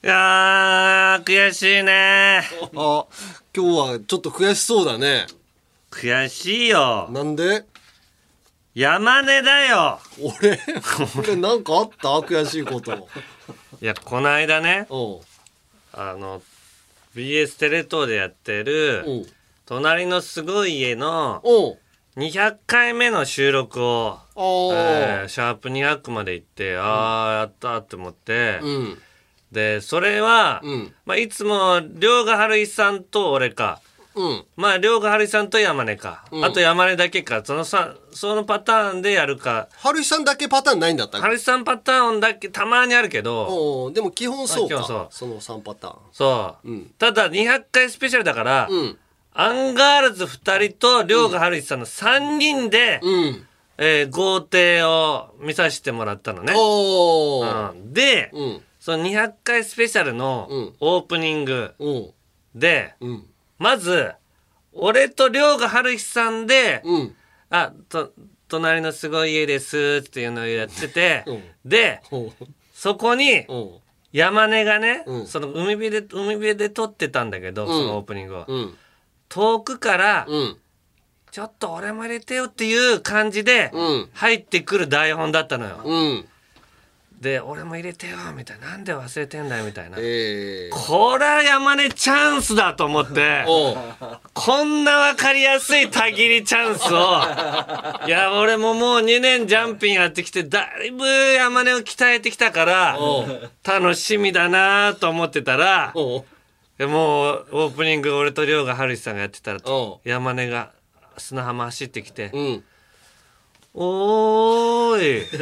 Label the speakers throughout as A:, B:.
A: いやー悔しいね。
B: あ、今日はちょっと悔しそうだね。
A: 悔しいよ。
B: なんで？
A: 山根だよ。
B: 俺なんかあった？悔しいこと。
A: いやこの間ね、BS テレ東でやってる隣のすごい家の200回目の収録を、シャープ200まで行って、やったって思って、でそれは、いつも遼河春日さんと俺か、遼河春日さんと山根か、あと山根だけか、そのパターンでやるか。
B: 春日さんだけパターンないんだったっけ？
A: 春日さんパターンだけたまにあるけど、
B: でも基本そうか。
A: 基本そう。
B: その3パターン。
A: そう、ただ200回スペシャルだから、アンガールズ2人と遼河春日さんの3人で、豪邸を見させてもらったのね。で、その200回スペシャルのオープニングで、まず俺と遼河春日さんで、隣のすごい家ですっていうのをやってて、でそこに山根がね、その海辺で撮ってたんだけど、そのオープニングを、遠くから、ちょっと俺も入れてよっていう感じで入ってくる台本だったのよ。で俺も入れてよみたいな、なんで忘れてんだよみたいな、これは山根チャンスだと思ってこんな分かりやすいたぎりチャンスをいや俺ももう2年ジャンピンやってきてだいぶ山根を鍛えてきたから楽しみだなと思ってたら、もうオープニング俺と遼河春日さんがやってたら山根が砂浜走ってきて「おーい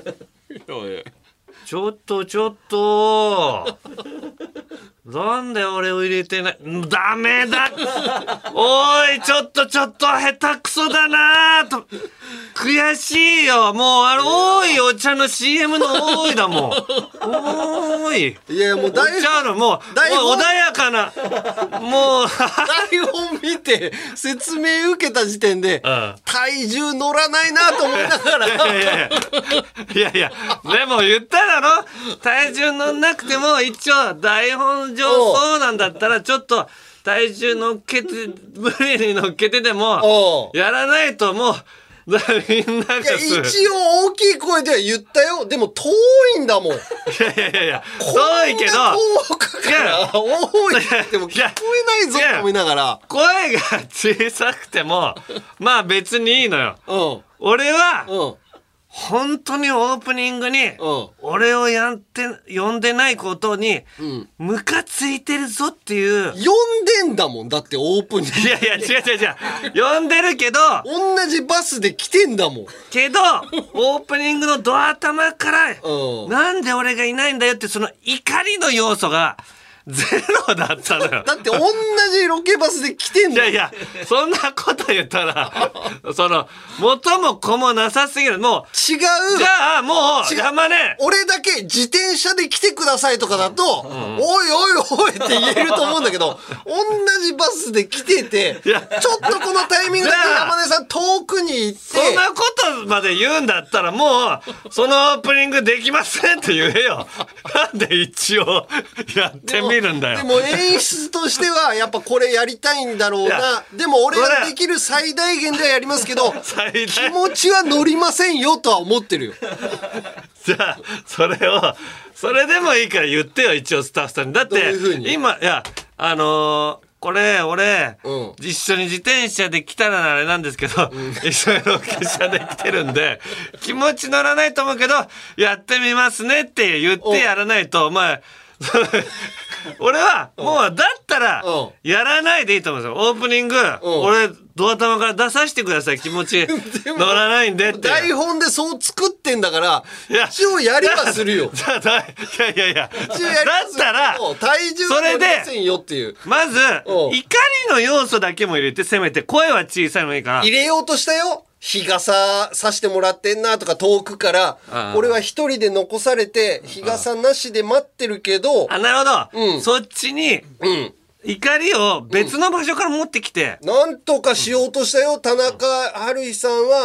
A: ちょっとなんで俺を入れてない？ダメだおいちょっと下手くそだなと悔しいよ。もうおいお茶の CM のおいだもんおい
B: いやもうお
A: 茶のもう穏やかなもう
B: 台本見て説明受けた時点で、体重乗らないなと思いながら
A: いやでも言っただろ、体重乗んなくても一応台本上そうなんだったらちょっと体重乗っけて無理に乗っけてでもやらないともうみんなが
B: 一応大きい声では言ったよ。でも遠いんだもん。い
A: や遠いけど
B: 遠くから多いっても聞こえないぞと思いながら、
A: 声が小さくてもまあ別にいいのよ。俺は本当にオープニングに俺を呼んでないことにムカついてるぞっていう。
B: 呼んでんだもんだってオープニング。
A: いや違う呼んでるけど
B: 同じバスで来てんだもん
A: けどオープニングのドア頭からなんで俺がいないんだよってその怒りの要素がゼロだったのよ。
B: だって同じロケバスで来てんだよ。
A: いやそんなこと言ったらその元も子もなさすぎる。もう
B: 違う。じ
A: ゃあもう山根
B: 俺だけ自転車で来てくださいとかだと、おいおいって言えると思うんだけど同じバスで来ててちょっとこのタイミングで山根さん遠くに行って
A: そんなことまで言うんだったらもうそのオープニングできませんって言えよ。なんで一応やってみるんだよ。
B: でも演出としてはやっぱこれやりたいんだろうな。でも俺ができる最大限ではやりますけど気持ちは乗りませんよとは思ってるよ。
A: じゃあそれでもいいから言ってよ一応スタッフさんに。だって今これ俺、一緒に自転車で来たらあれなんですけど、一緒にロケ車で来てるんで気持ち乗らないと思うけどやってみますねって言ってやらないとお前俺はもうだったらやらないでいいと思うんですよ。オープニング俺ドア玉から出させてください。気持ち乗らないんでって。
B: 台本でそう作ってんだから一応やりはするよ。
A: いやだったら
B: 体重は乗りませんよっていう。
A: まず怒りの要素だけも入れて、せめて声は小さいのがいいから
B: 入れようとしたよ。日傘さしてもらってんなとか遠くから俺は一人で残されて日傘なしで待ってるけど、
A: なるほど、そっちに怒りを別の場所から持ってきて、
B: なんとかしようとしたよ。田中春日さんは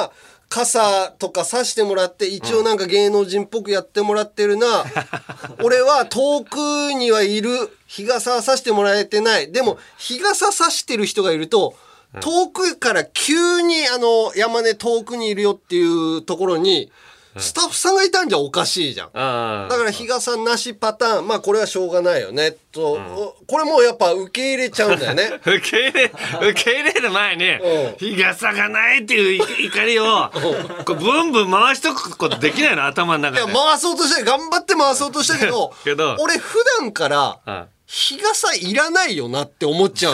B: 傘とかさしてもらって一応なんか芸能人っぽくやってもらってるな、俺は遠くにはいる、日傘はさしてもらえてない。でも日傘さしてる人がいると遠くから急に山根遠くにいるよっていうところにスタッフさんがいたんじゃおかしいじゃん。だから日傘なしパターン、まあこれはしょうがないよねと、これもうやっぱ受け入れちゃうんだよね。
A: 受け入れる前に日傘がないっていう怒りをこうブンブン回しとくことできないの、頭の中で。
B: いや回そうとして頑張って回そうとしたけど俺普段から日傘いらないよなって思っちゃう。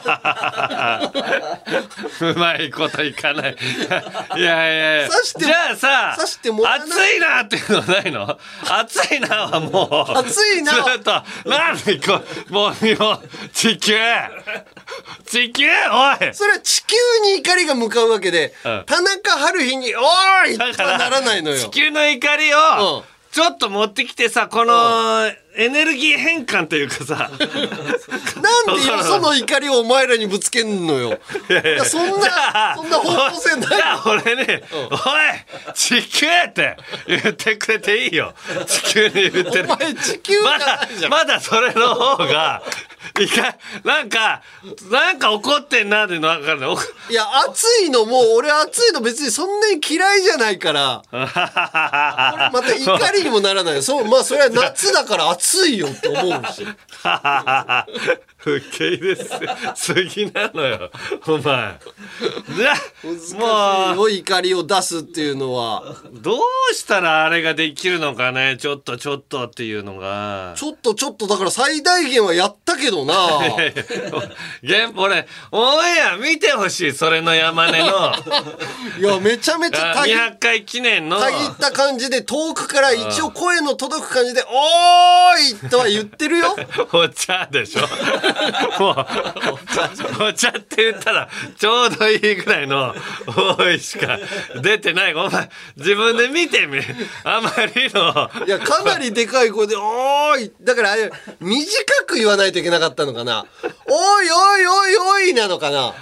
A: うまいこといかない。いやいや、じゃあさ、暑いなっていうのはないの？暑いなはもう
B: 暑いな
A: ずっとなんでこうもう地球おい、
B: それは地球に怒りが向かうわけで、田中春日におーいとはならないのよ。
A: 地球の怒りをちょっと持ってきてさ、このエネルギー変換というかさ、なん
B: でよその怒りをお前らにぶつけんのよ。いやそんな方向性ない。
A: じゃあ俺に、おい地球って言ってくれていいよ。地球に言ってる。
B: お前地球じゃないじゃん。
A: まだそれの方がなんか怒ってんなっていうの分かるの。
B: いや暑いのも俺暑いの別にそんなに嫌いじゃないからまた怒りにもならないよ。まあそれは夏だから暑いよって思うし。
A: 受け入れすぎなのよお前。
B: 難しいよ怒りを出すっていうのは。
A: どうしたらあれができるのかね。ちょっとっていうのが
B: ちょっとだから最大限はやったけどな。
A: 俺オンエア見てほしい。それの山根の
B: いやめちゃめちゃ
A: 200回記念の
B: たぎった感じで遠くから一応声の届く感じでおーいとは言ってるよ。
A: お茶でしょ。もうお茶って言ったらちょうどいいぐらいの多いしか出てない。お前自分で見てみ。あまりの
B: いやかなりでかい声でおーいだからあれ短く言わないといけなかったのかな。おいおいおいおいなのかな。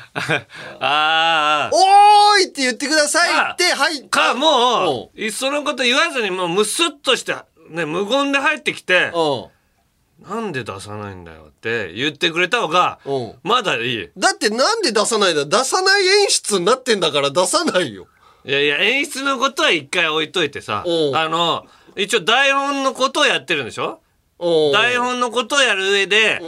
B: おーいって言ってくださいってはい
A: かもういっそのこと言わずにもうムスッとしてね無言で入ってきてなんで出さないんだよって言ってくれた方がまだいい。
B: だってなんで出さないんだ。出さない演出になってんだから出さないよ。
A: いや演出のことは一回置いといてさ、一応台本のことをやってるんでしょ。台本のことをやる上で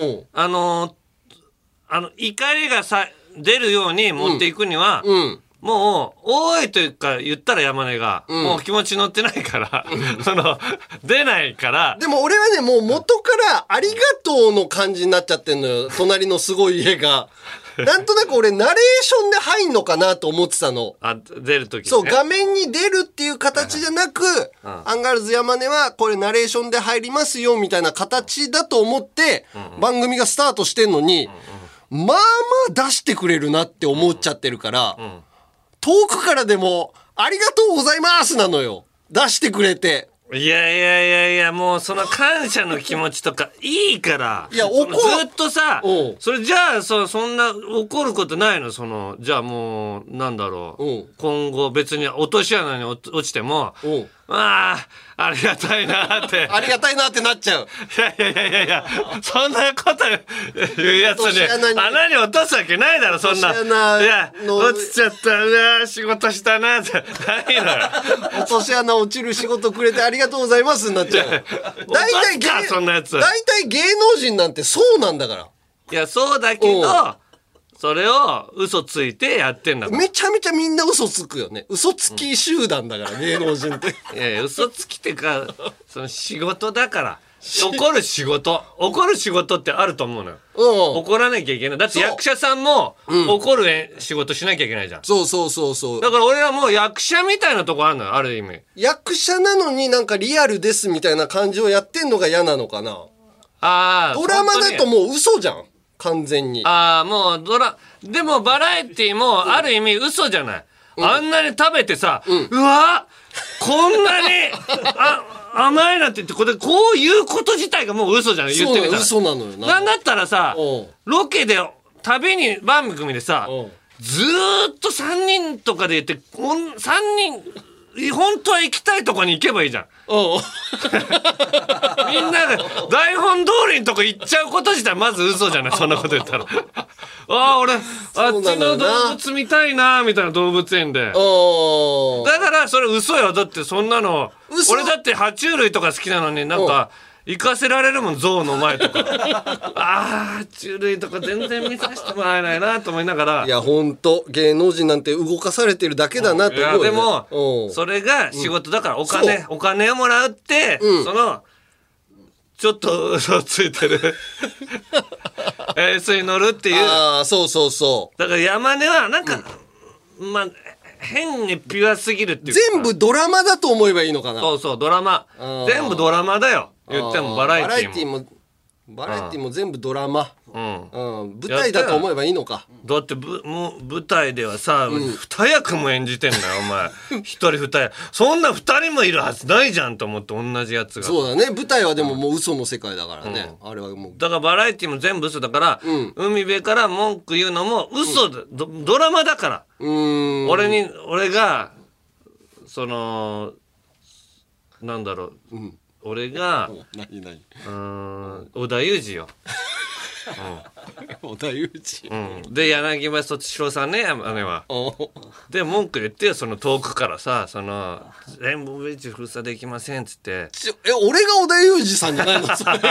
A: 怒りが出るように持っていくには、もう「おーい」というか言ったら山根が、もう気持ち乗ってないから出ないから。
B: でも俺はねもう元から「ありがとう」の感じになっちゃってんのよ。隣のすごい家がなんとなく俺ナレーションで入んのかなと思ってたの。
A: 出る時に、ね、
B: そう画面に出るっていう形じゃなく、アンガールズ山根はこれナレーションで入りますよみたいな形だと思って、番組がスタートしてんのに、まあ出してくれるなって思っちゃってるから、遠くからでもありがとうございますなのよ。出してくれて。
A: いやもうその感謝の気持ちとかいいから。
B: いや
A: ずっとさそれじゃあそんな怒ることないの。じゃあもうなんだろう、今後別に落とし穴に落ちてもありがたいなって
B: ありがたいなってなっちゃう。
A: いやそんなこと言うやつに穴に落とすわけないだろそんな。いや落ちちゃった、うわ仕事したなってないのよ。
B: 落とし穴落ちる仕事くれてありがとうございますになっちゃう。大体芸能人なんてそうなんだから。
A: いやそうだけどそれを嘘ついてやってんだから。
B: めちゃめちゃみんな嘘つくよね。嘘つき集団だから、芸能人って。
A: いや嘘つきってかその仕事だから。怒る仕事ってあると思うのよ。怒らなきゃいけない。だって役者さんも怒る仕事しなきゃいけないじゃん。
B: そう
A: だから俺はもう役者みたいなとこあるのよ、ある意味。
B: 役者なのになんかリアルですみたいな感じをやってんのが嫌なのかな。ドラマだともう嘘じゃん完全に。
A: もうでもバラエティもある意味嘘じゃない。あんなに食べてさ、うわこんなに甘いなんて言ってこういうこと自体がもう嘘じゃん。言ってみたら
B: 嘘なのよな。
A: なんだったらさロケで旅に番組でさずーっと3人とかで言って3人本当は行きたいとこに行けばいいじゃん。みんなが台本通りのとこ行っちゃうこと自体まず嘘じゃない。そんなこと言ったら俺あっちの動物見たいなみたいな、動物園で。だからそれ嘘よ。だってそんなの俺だって爬虫類とか好きなのになんか行かせられるもん、象の前とか爬虫類とか全然見させてもらえないなと思いながら。
B: いやほんと芸能人なんて動かされてるだけだなと思うよ、ね。いや
A: でもそれが仕事だからお金をもらうって、そのちょっと嘘ついてるエースに乗るっていう。
B: そう
A: だから山根はなんか、まあ変にピュアすぎるっていうか、
B: 全部ドラマだと思えばいいのかな。
A: そうドラマ、全部ドラマだよ。言ってもバラエティーも全部ドラマ、舞台だと思えばいいのか。 だってもう舞台ではさ、2役も演じてんだよお前1人2役、そんな2人もいるはずないじゃんと思って、同じやつが。
B: そうだね、舞台はでももう嘘の世界だからね、あれはもう。
A: だからバラエティーも全部嘘だから、海辺から文句言うのも嘘で、ドラマだから。俺がそのなんだろう、俺が織田裕二よ。
B: 織田裕二。
A: で柳葉敏郎さんね、姉は。で文句言ってよ、その遠くからさ、その全部ベンチ封鎖できませんっつって。
B: 俺が織田裕二さんじゃないのそれ。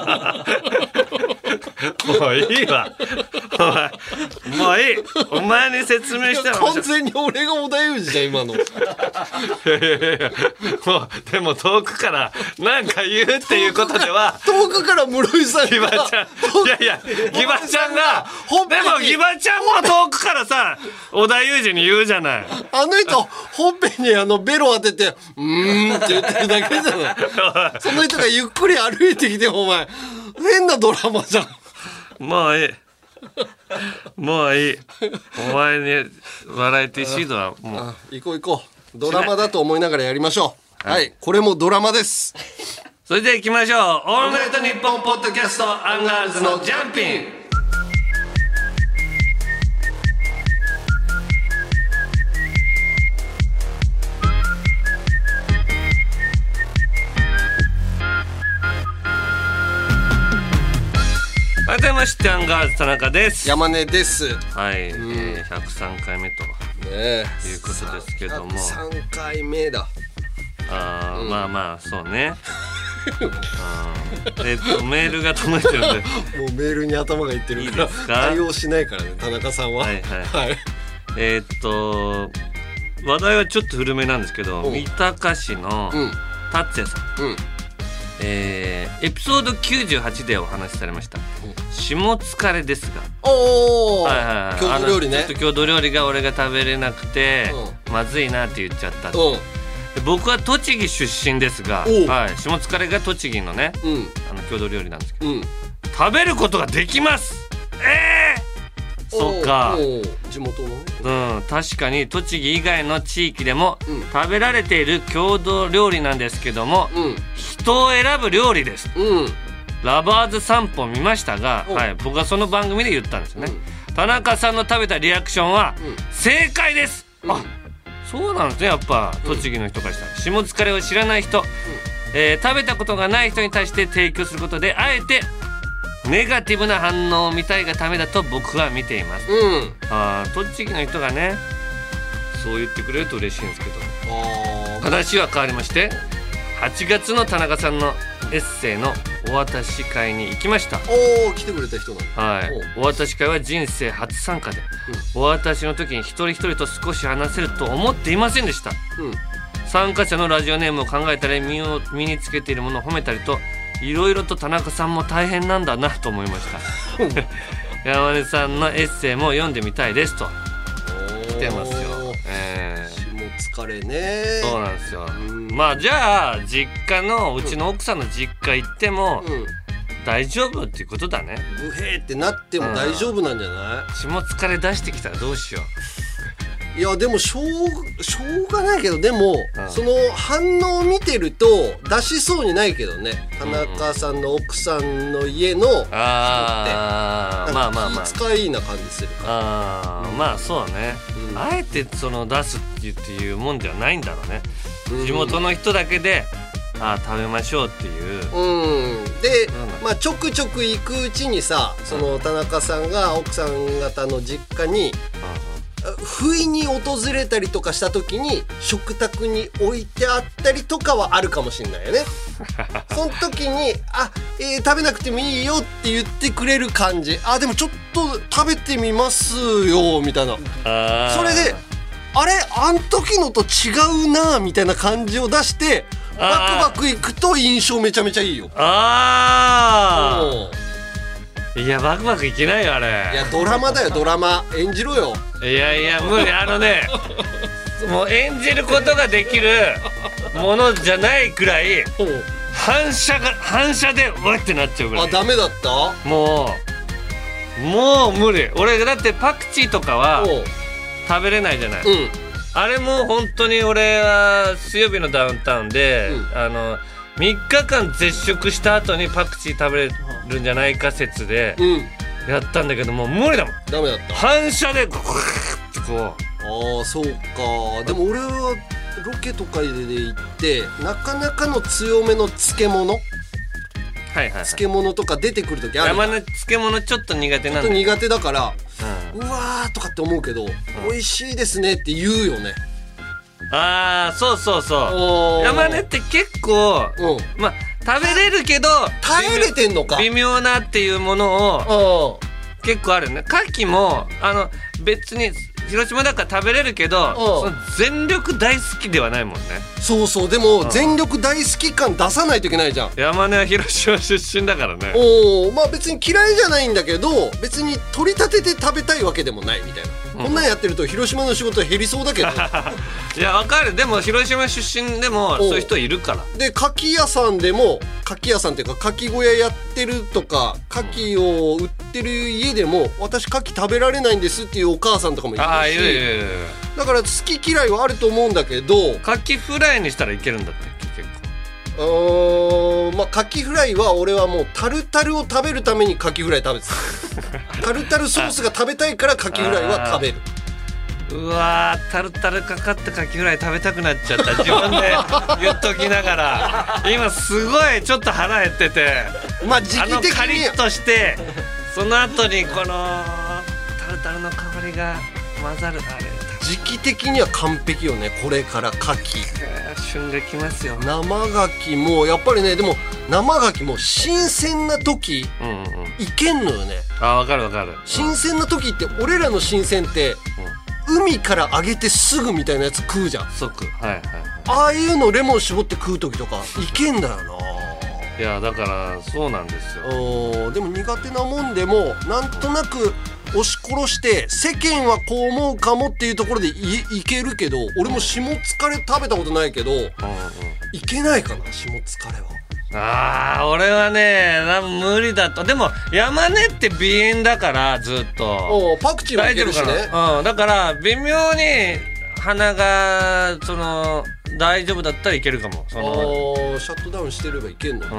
A: もういいわ。もういい。お前に説明したら。
B: 完全に俺が織田裕二じゃん今の。い
A: やもうでも遠くからなんか言うっていうことでは、
B: 遠くから室井さんが
A: ギバちゃん、いやギバちゃんが、でもギバちゃんも遠くからさ織田裕二に言うじゃない。
B: あの人ほっぺにベロ当ててって言ってるだけじゃない。その人がゆっくり歩いてきて、お前変なドラマじゃん。
A: もういいもういい。お前にバラエティシードはもう
B: 行こうドラマだと思いながらやりましょう。はい、これもドラマです。
A: それでは行きましょう。オールナイトニッポンポッドキャストアンガールズのジャンピン。改めましてアンガールズ田中です。
B: 山根です。
A: はい、103回目ということですけども、
B: 103回目だ。
A: まあそうね。メールが届いてるんで、もう
B: メールに頭がいってるから対応しないからね、田中さんは。
A: 話題はちょっと古めなんですけど、三鷹市の達也さん、エピソード98でお話しされました下疲れですが、郷土料理ね。ちょっと郷土料理が俺が食べれなくてまずいなって言っちゃった。僕は栃木出身ですが、下疲れが栃木のね、郷土料理なんですけど、食べることができます。そうか、
B: 地元のね。
A: 確かに栃木以外の地域でも食べられている郷土料理なんですけども、人を選ぶ料理です。ラバーズ散歩見ましたが、僕はその番組で言ったんですよね。田中さんの食べたリアクションは正解です。そうなんですね。やっぱ栃木の人からしたら、下疲れを知らない人、食べたことがない人に対して提供することで、あえてネガティブな反応を見たいがためだと僕は見ています。栃木の人がねそう言ってくれると嬉しいんですけど、話は変わりまして、8月の田中さんのエッセイのお渡し会に行きました。
B: 来てくれた人なんだ。
A: お渡し会は人生初参加で、お渡しの時に一人一人と少し話せると思っていませんでした。参加者のラジオネームを考えたり、身につけているものを褒めたりと、いろいろと田中さんも大変なんだなと思いました山根さんのエッセイも読んでみたいですと来てますよ。
B: 下疲れね。
A: そうなんですよ。まあじゃあ実家のうちの奥さんの実家行っても大丈夫っていうことだね。
B: ブヘーってなっても大丈夫なんじゃない？
A: 下疲れ出してきたらどうしよう。
B: いやでもしょうがないけど、でも、その反応を見てると出しそうにないけどね、田中さんの奥さんの家の人ってまあ気遣いな感じするから。
A: まあそうね、あえてその出すっていうもんではないんだろうね、地元の人だけで食べましょうっていう。
B: で、まあちょくちょく行くうちにさ、その田中さんが奥さん方の実家に不意に訪れたりとかした時に食卓に置いてあったりとかはあるかもしれないよね。その時に食べなくてもいいよって言ってくれる感じ。でもちょっと食べてみますよみたいな。それであん時のと違うなみたいな感じを出してバクバクいくと印象めちゃめちゃいいよ。
A: いやバクバクいけないよあれ。
B: いやドラマだよ、ドラマ演じろよ。
A: いや無理。もう演じることができるものじゃないくらい反射でうわってなっちゃうぐらい。
B: ダメだった？
A: もう無理。俺だってパクチーとかは食べれないじゃない。あれも本当に俺は水曜日のダウンタウンで、3日間絶食した後にパクチー食べれるんじゃないか説でやったんだけど、もう無理だもん。
B: ダメだった。
A: 反射でグーッてこう。
B: そうか。でも俺はロケとかで行ってなかなかの強めの漬物、漬物とか出てくる時ある。
A: 山根漬物ちょっと苦手なんだ。
B: ちょっと苦手だから、うわーとかって思うけど、美味しいですねって言うよね。
A: そう山根って結構まあ食べれるけど
B: 耐えれてんのか
A: 微妙なっていうものを結構あるね。牡蠣も別に広島だから食べれるけど、その全力大好きではないもんね。
B: そうでも全力大好き感出さないといけないじゃん。
A: 山根は広島出身だからね。
B: まあ別に嫌いじゃないんだけど、別に取り立てて食べたいわけでもないみたいな。こんなんやってると広島の仕事減りそうだけど。
A: いやわかる。でも広島出身でもそういう人いるから。
B: で牡蠣屋さんでも牡蠣屋さんっていうか牡蠣小屋やってるとか牡蠣を売ってる家でも、私牡蠣食べられないんですっていうお母さんとかもいるし、だから好き嫌いはあると思うんだけど。
A: 牡蠣フライにしたらいけるんだったっけ結構。
B: まあ牡蠣フライは俺はもうタルタルを食べるために牡蠣フライ食べてた。タルタルソースが食べたいから牡蠣フライは食べる。
A: うわータルタルかかった牡蠣フライ食べたくなっちゃった。自分で言っときながら今すごいちょっと腹減ってて、
B: まあ時期的に
A: カリッとしてその後にこのタルタルの香りが混ざる。
B: 時期的には完璧よね。これから牡蠣
A: 旬がきますよ。
B: 生牡蠣もやっぱりね、でも生牡蠣も新鮮な時いけんのよね。
A: わかる
B: 新鮮な時って俺らの新鮮って海から揚げてすぐみたいなやつ食うじゃん。ああいうのレモン絞って食う時とかいけんだよな。
A: いやだからそうなんですよ。
B: でも苦手なもんでもなんとなく押し殺して世間はこう思うかもっていうところで いけるけど、俺も下疲れ食べたことないけど、いけないかな下疲れは。
A: 俺はね無理だと。でも山根って鼻炎だからずっと
B: パクチーもいけるしね。
A: だから微妙に鼻が大丈夫だったらいけるかも。
B: シャットダウンしてればいけんの。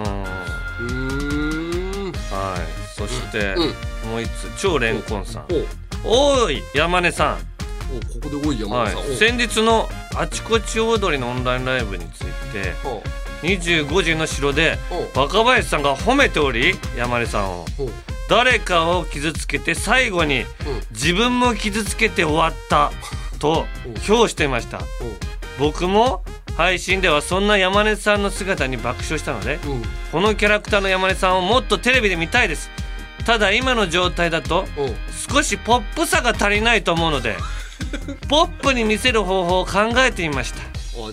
A: そして、もう一つ超レンコンさん。おい山根さん。
B: ここでおい山根さん。
A: 先日のあちこちオードリーのオンラインライブについて25時の城で若林さんが褒めており、山根さんを誰かを傷つけて最後に自分も傷つけて終わったと評していました。僕も配信ではそんな山根さんの姿に爆笑したので、このキャラクターの山根さんをもっとテレビで見たいです。ただ今の状態だと少しポップさが足りないと思うのでポップに見せる方法を考えてみました。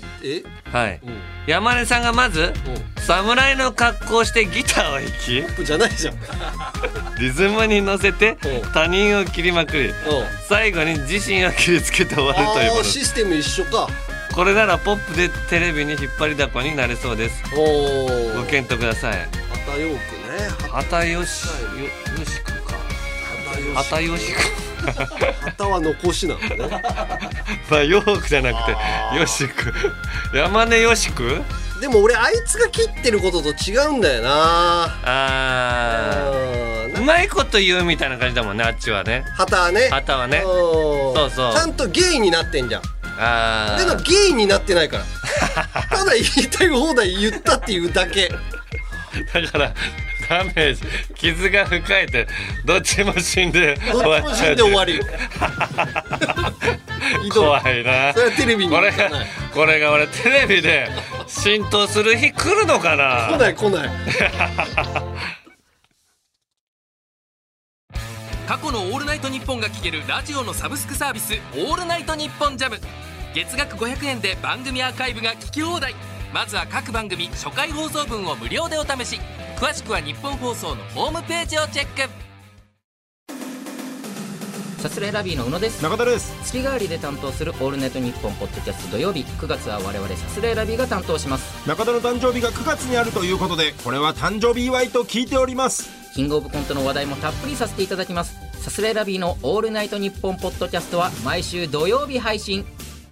A: 山根さんがまず侍の格好をしてギターを弾き、
B: ポップじゃないじゃん。
A: リズムに乗せて他人を切りまくり、最後に自身を切りつけて終わるということ。
B: システム一緒か。
A: これならポップでテレビに引っ張りだこになれそうです。ご検討ください。
B: 畑陽区ね。
A: 畑よしくか。畑よしく。
B: 旗は残しなんだね。
A: まあヨークじゃなくてよしく山根よしく。
B: でも俺あいつが切ってることと違うんだよな。う
A: まいこと言うみたいな感じだもんね、あっちはね。
B: 旗はね。
A: 旗はね。そうそう。
B: ちゃんとゲイになってんじゃん。でもゲイになってないからただ言いたい放題言ったっていうだけ
A: だからダメージ傷が深いってどっちも死んで終わっちゃう。どっちも死んで終わり怖いな。
B: それはテレビに
A: これが俺テレビで浸透する日来るのかな。
B: 来ない
C: 過去のオールナイトニッポンが聴けるラジオのサブスクサービスオールナイトニッポンジャム。月額500円で番組アーカイブが聞き放題。まずは各番組初回放送分を無料でお試し。詳しくは日本放送のホームページをチェック。
D: サスレラビーの宇野です。
E: 中田です。
D: 月替わりで担当するオールナイトニッポンポッドキャスト土曜日、9月は我々サスレラビーが担当します。
E: 中田の誕生日が9月にあるということで、これは誕生日祝いと聞いております。
D: キングオブコントの話題もたっぷりさせていただきます。サスレラビーのオールナイトニッポンポッドキャストは毎週土曜日配信。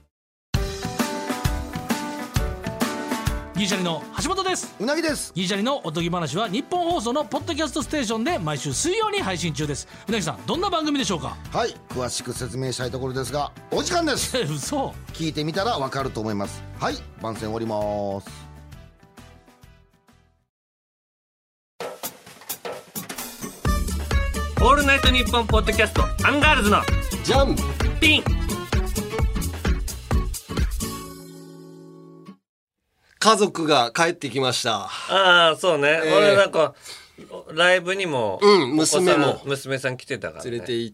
F: ギリシャリの橋本です。
B: うなぎです。
F: ギリシャリのおとぎ話は日本放送のポッドキャストステーションで毎週水曜に配信中です。うなぎさん、どんな番組でしょうか？
G: はい、詳しく説明したいところですがお時間です
F: 嘘。
G: 聞いてみたらわかると思います。はい、番宣終わります。
A: オールナイトニッポンポッドキャストアンガールズの
B: ジャン
A: ピン。
B: 家族が帰ってきました。
A: ああそうね、俺なんかライブにも、娘さん来てたからね、
B: 連れて行って、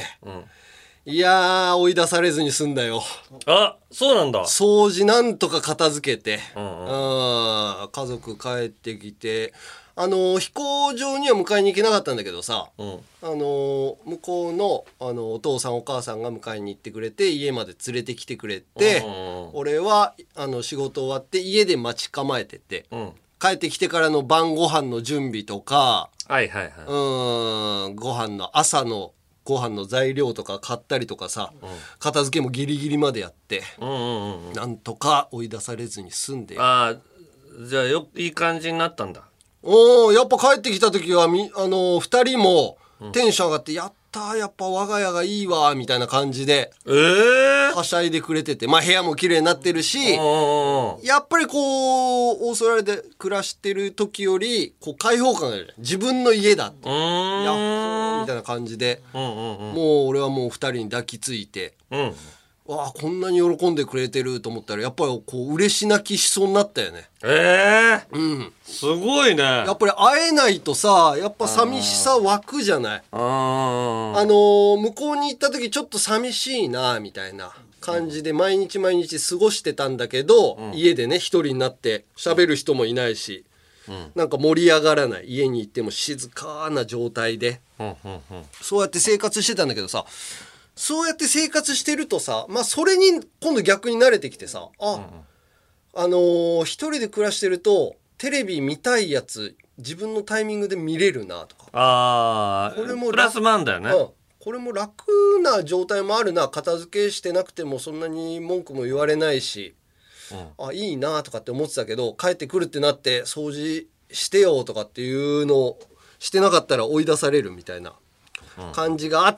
B: いやー追い出されずに済んだよ。
A: あ、そうなんだ。
B: 掃除なんとか片付けて、家族帰ってきて、飛行場には迎えに行けなかったんだけどさ、向こうの、お父さんお母さんが迎えに行ってくれて家まで連れてきてくれて、俺は仕事終わって家で待ち構えてて、帰ってきてからの晩ご飯の準備とか、ご飯の朝のご飯の材料とか買ったりとかさ、片付けもギリギリまでやって、なんとか追い出されずに済んで。
A: ああ、じゃあいい感じになったんだ。
B: やっぱ帰ってきた時は2人もテンション上がって、やったーやっぱ我が家がいいわーみたいな感じではしゃいでくれてて、まあ部屋も綺麗になってるし、やっぱりこうオーストラリアで暮らしてる時よりこう開放感がある。自分の家だってやっほーみたいな感じで、もう俺はもう2人に抱きついて、わあこんなに喜んでくれてると思ったらやっぱりこう嬉し泣きしそうになったよね。
A: すごいね。
B: やっぱり会えないとさ、やっぱ寂しさ湧くじゃない。向こうに行った時ちょっと寂しいなみたいな感じで毎日毎日過ごしてたんだけど、家でね一人になって喋る人もいないし、なんか盛り上がらない、家に行っても静かな状態で、そうやって生活してたんだけどさ、そうやって生活してるとさ、まあそれに今度逆に慣れてきてさ、一人で暮らしてるとテレビ見たいやつ自分のタイミングで見れるなとか、
A: これもプラスマンだよね。
B: これも楽な状態もあるな、片付けしてなくてもそんなに文句も言われないし、いいなとかって思ってたけど、帰ってくるってなって掃除してよとかっていうのをしてなかったら追い出されるみたいな感じがあって、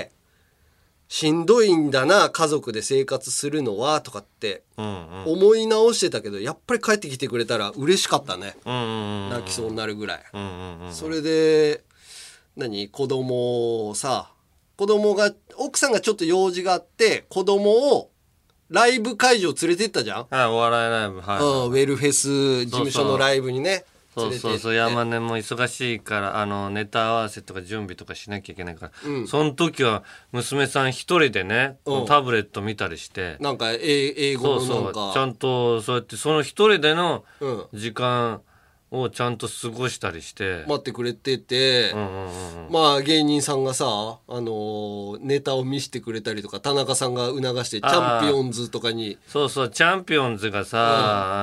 B: しんどいんだな家族で生活するのはとかって思い直してたけど、やっぱり帰ってきてくれたら嬉しかったね。泣きそうになるぐらい。それで子供が奥さんがちょっと用事があって子供をライブ会場連れてったじゃん。
A: お笑いライブ、ウ
B: ェルフェス事務所のライブにね。
A: そう山根も忙しいからネタ合わせとか準備とかしなきゃいけないから、その時は娘さん一人でね、タブレット見たりして、
B: なんか英語のなんか
A: ちゃんとそうやってその一人での時間をちゃんと過ごしたりして
B: 待ってくれてて、まあ芸人さんがさネタを見せてくれたりとか、田中さんが促してチャンピオンズとかに、
A: チャンピオンズがさ、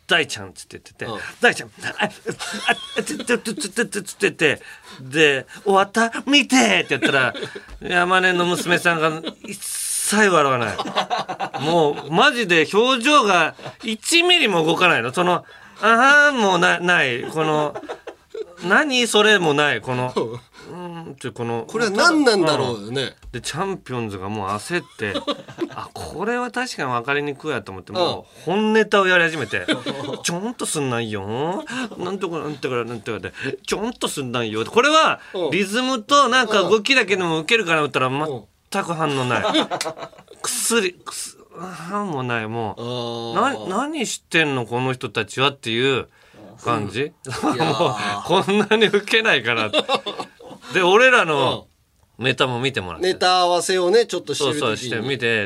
A: 大ちゃんっつって言ってて、大ちゃんつってて、で終わった見てって言ったら山根の娘さんが一切笑わないもうマジで表情が1ミリも動かないの。そのあーもないこの何それもないこの
B: これは何なんだろうよね。
A: でチャンピオンズがもう焦ってあこれは確かに分かりにくいやと思ってもう本ネタをやり始めてちょんとすんないよなんとかなんとかなんとかでちょんとすんないよ。これはリズムとなんか動きだけでも受けるかなと思ったら全く反応ないもうないもう何してんのこの人たちはっていう感じもうこんなに受けないかなで俺らのネタも見てもらって
B: ネタ合わせをねちょっとしてる時に
A: そうして見て、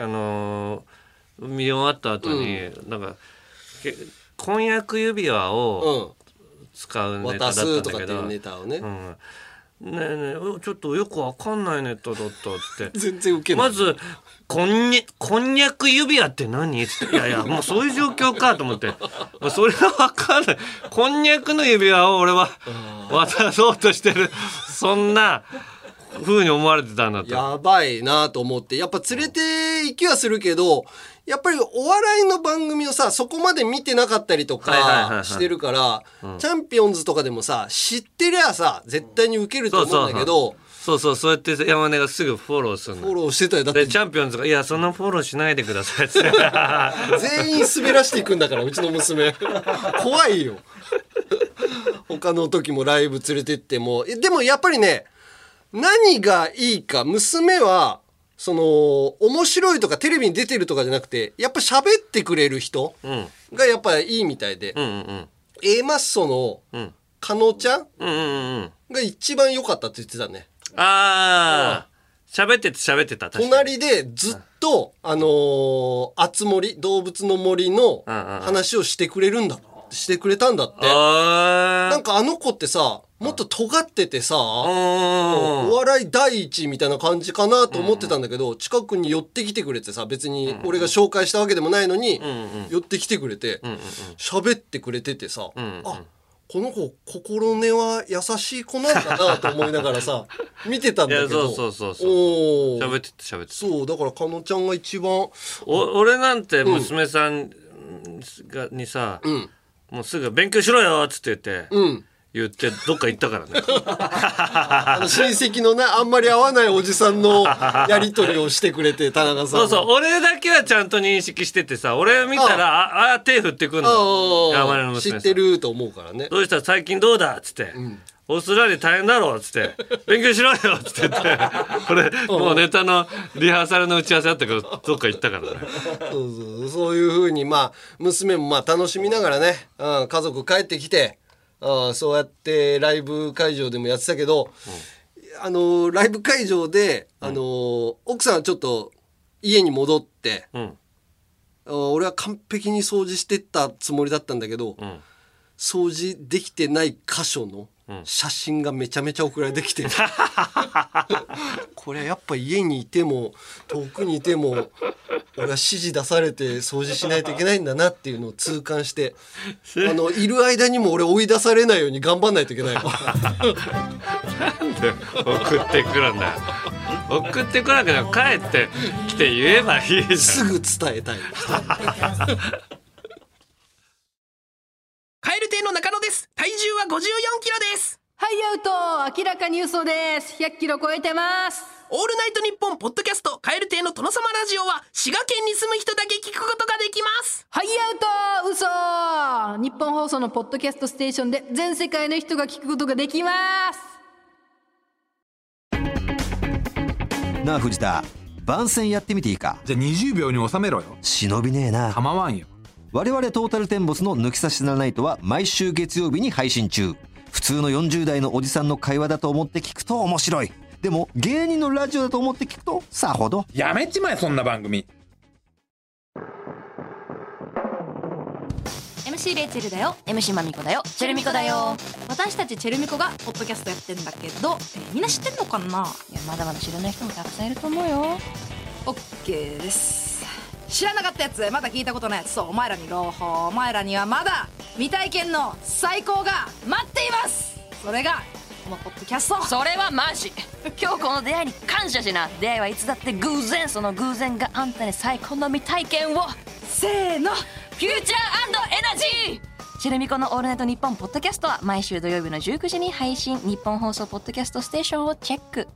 A: 見終わった後に、なんか婚約指輪を使うネタだったんだけど、
B: 渡すとかっていうネタをね、
A: ねえねえちょっとよくわかんないネタだったって
B: 全然ウケない。
A: まずこんにゃく指輪って何っていやもうそういう状況かと思ってそれはわかんない。こんにゃくの指輪を俺は渡そうとしてるそんな風に思われてたんだと。
B: やばいなと思ってやっぱ連れて行きはするけどやっぱりお笑いの番組をさそこまで見てなかったりとかしてるから、チャンピオンズとかでもさ知ってりゃさ絶対に受けると思うんだけど
A: そうやって山根がすぐフォローするの。
B: フォローしてたよ。だって
A: でチャンピオンズがいやそんなフォローしないでくださいって
B: 全員滑らしていくんだからうちの娘怖いよ他の時もライブ連れてってもでもやっぱりね何がいいか娘はその面白いとかテレビに出てるとかじゃなくてやっぱ喋ってくれる人がやっぱいいみたいで、A マッソの加納ちゃんが一番良かったって言ってたね。
A: 喋ってた確かに
B: 隣でずっとあつ森動物の森の話をしてくれたんだって。なんかあの子ってさもっと尖っててさお笑い第一みたいな感じかなと思ってたんだけど、近くに寄ってきてくれてさ別に俺が紹介したわけでもないのに寄ってきてくれて喋ってくれててさ、あこの子心根は優しい子なんだなと思いながらさ見てたんだけど
A: そう喋ってて
B: そうだから加納ちゃんが一番
A: 俺なんて娘さんにさ、もうすぐ勉強しろよっつって言ってどっか行ったからね
B: 親戚のねあんまり合わないおじさんのやり取りをしてくれて田中さん
A: そう俺だけはちゃんと認識しててさ俺見たら手振ってくんの山根の娘さん
B: 知ってると思うからね。
A: どうした最近どうだっつって、オーストラリア大変だろっつって勉強しろよっつって言ってこれもうネタのリハーサルの打ち合わせあったけどどっか行ったからね
B: そういう風に娘も楽しみながらね、家族帰ってきてそうやってライブ会場でもやってたけど、ライブ会場で、奥さんはちょっと家に戻って、俺は完璧に掃除してったつもりだったんだけど、掃除できてない箇所の写真がめちゃめちゃ送られてきて、これやっぱ家にいても遠くにいても俺は指示出されて掃除しないといけないんだなっていうのを痛感している間にも俺追い出されないように頑張んないといけないわ
A: なんで送ってくるんだよ送ってこなくても帰ってきて言えばいいじゃん
B: すぐ伝えたい
C: 蛙亭の中野です。体重は54キロです。
H: はいアウト明らかに嘘です。100キロ超えてます。
C: オールナイトニッポンポッドキャスト蛙亭の殿様ラジオは滋賀県に住む人だけ聞くことができます。
H: はいアウト嘘。日本放送のポッドキャストステーションで全世界の人が聞くことができます。
I: なあ藤田番宣やってみていいか。
E: じゃあ20秒に収めろよ。
I: 忍びねえな。
E: 構わんよ。
I: 我々トータルテンボスの抜き差しならないとは毎週月曜日に配信中。普通の40代のおじさんの会話だと思って聞くと面白い。でも芸人のラジオだと思って聞くとさほど。
E: やめちまえそんな番組。
J: MC レイチェルだよ。 MC マミコだよ。チェルミコだよ。私たちチェルミコがポッドキャストやってんだけど、みんな知ってんのかな。いやまだまだ知らない人もたくさんいると思うよ。
H: OK です。 知らなかったやつ、まだ聞いたことないやつ、そう、お前らに朗報、お前らにはまだ未体験の最高が待っています。それがこのポッドキャスト。
J: それはマジ。今日この出会いに感謝しな。出会いはいつだって偶然、その偶然があんたに最高の未体験を。
H: せーの、
J: フューチャー&エナジー。チェルミコのオールナイトニッポンポッドキャストは毎週土曜日の19時に配信。日本放送ポッドキャストステーションをチェック。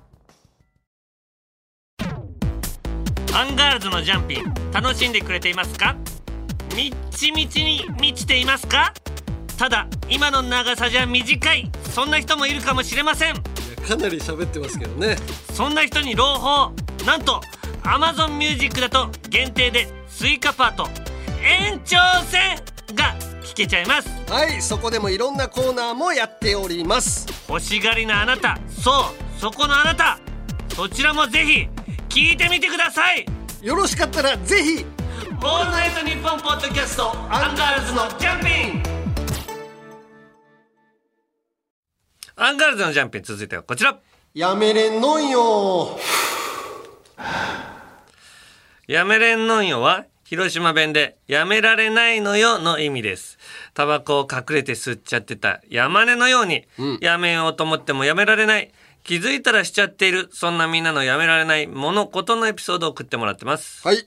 A: アンガールズのジャンピン楽しんでくれていますか？みっちみちに満ちていますか？ただ今の長さじゃ短い、そんな人もいるかもしれません。
B: かなり喋ってますけどね。
A: そんな人に朗報、なんと Amazon Music だと限定でスイカパート延長戦が聞けちゃいます。
B: はい、そこでもいろんなコーナーもやっております。
A: 欲しがりなあなた、そうそこのあなた、そちらもぜひ聞いてみてください。
B: よろしかったらぜひ
A: オールナイトニッポンポッドキャストアンガールズのジャンピン。アンガールズのジャンピン、続いてはこちら。
B: やめれんのんよ。
A: やめれんのんよは広島弁でやめられないのよの意味です。タバコを隠れて吸っちゃってた山根のように、やめようと思ってもやめられない、気づいたらしちゃっている、そんなみんなのやめられない物事のエピソードを送ってもらってます。
B: はい、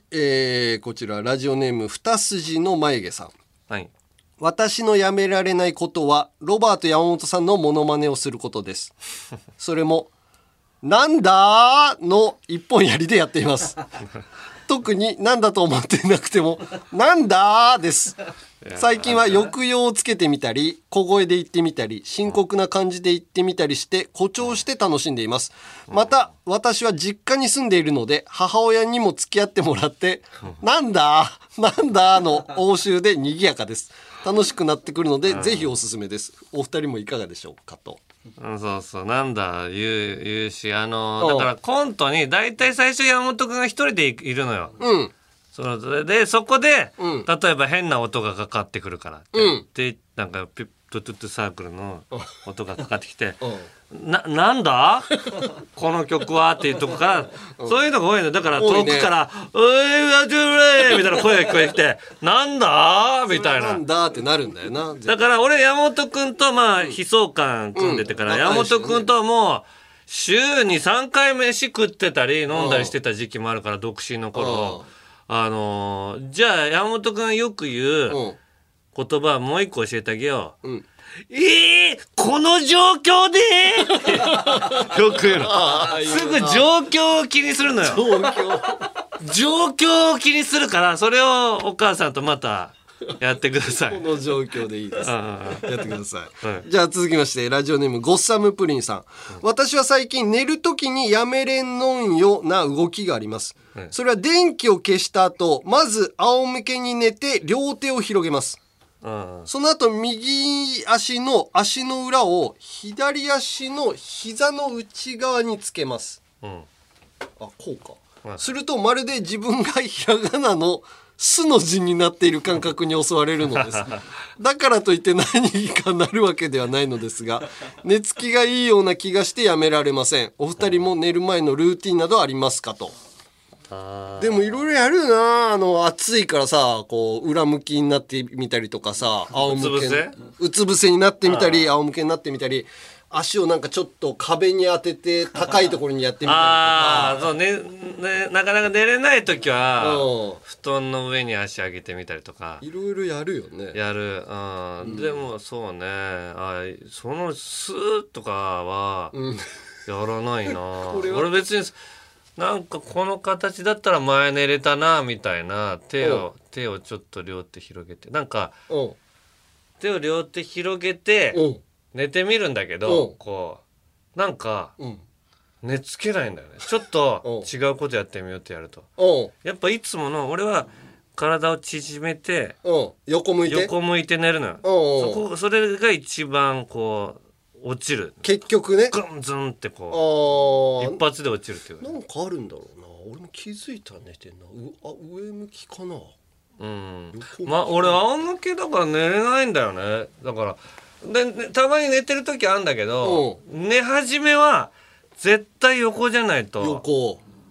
B: こちらラジオネーム二筋の眉毛さん。
A: はい。
B: 私のやめられないことはロバート山本さんのモノマネをすることです。それもなんだーの一本槍でやっています。特になんだと思っていなくてもなんだーです。最近は抑揚をつけてみたり小声で言ってみたり深刻な感じで言ってみたりして誇張して楽しんでいます。また私は実家に住んでいるので母親にも付き合ってもらってなんだの応酬で賑やかです。楽しくなってくるのでぜひおすすめです。お二人もいかがでしょうかと。
A: そうそうなんだ言うし、だからコントに大体最初山本くんが一人でいるのよ。でそこで、例えば変な音がかかってくるからって、でなんかピットゥトゥトゥサークルの音がかかってきてなんだこの曲はっていうとこから、そういうのが多いの。だから遠くから「おいわじゅれ」みたいな声が聞こえてきて「なんだ?」みたいな。
B: なんだってなるんだよな。
A: だから俺山本くんと悲壮感組んでてから、山本くんとはもう週に3回飯食ってたり飲んだりしてた時期もあるから、独身の頃。じゃあ山本くんよく言う言葉もう一個教えてあげよう。この状況でよく言うの。すぐ状況を気にするのよ。状況を気にするから、それをお母さんとまたやってください。
B: この状況でいいです。やってください。じゃあ続きましてラジオネームゴッサムプリンさん。私は最近寝るときにやめれんのんよな動きがあります。それは電気を消した後、まず仰向けに寝て両手を広げます。その後右足の足の裏を左足の膝の内側につけます。こうか。するとまるで自分がひらがなのすの字になっている感覚に襲われるのです。だからといって何かなるわけではないのですが、寝つきがいいような気がしてやめられません。お二人も寝る前のルーティンなどありますかと。でもいろいろやるな。暑いからさ、こう裏向きになってみたりとかさ、仰向けうつ伏せになってみたり仰向けになってみたり、足をなんかちょっと壁に当てて高いところにやってみたりとか。
A: そうね、なかなか寝れない時は布団の上に足上げてみたりとか
B: いろいろやるよね。
A: やる。でもそうね、そのスーとかはやらないな。俺別になんかこの形だったら前寝れたなみたいな、手をちょっと両手広げて、なんか手を両手広げて寝てみるんだけど、こうなんか寝つけないんだよね。ちょっと違うことやってみようってやると、やっぱいつもの俺は体を縮めて
B: 横向いて
A: 寝るのよ。それが一番こう落ちる。
B: 結局ね、
A: グンズンってこう一発で落ちるっていう。
B: なんかあるんだろうな。俺も気づいたら寝てんな。上向きかな。
A: 俺仰向けだから寝れないんだよね。だからでたまに寝てる時あるんだけど、寝始めは絶対横じゃないと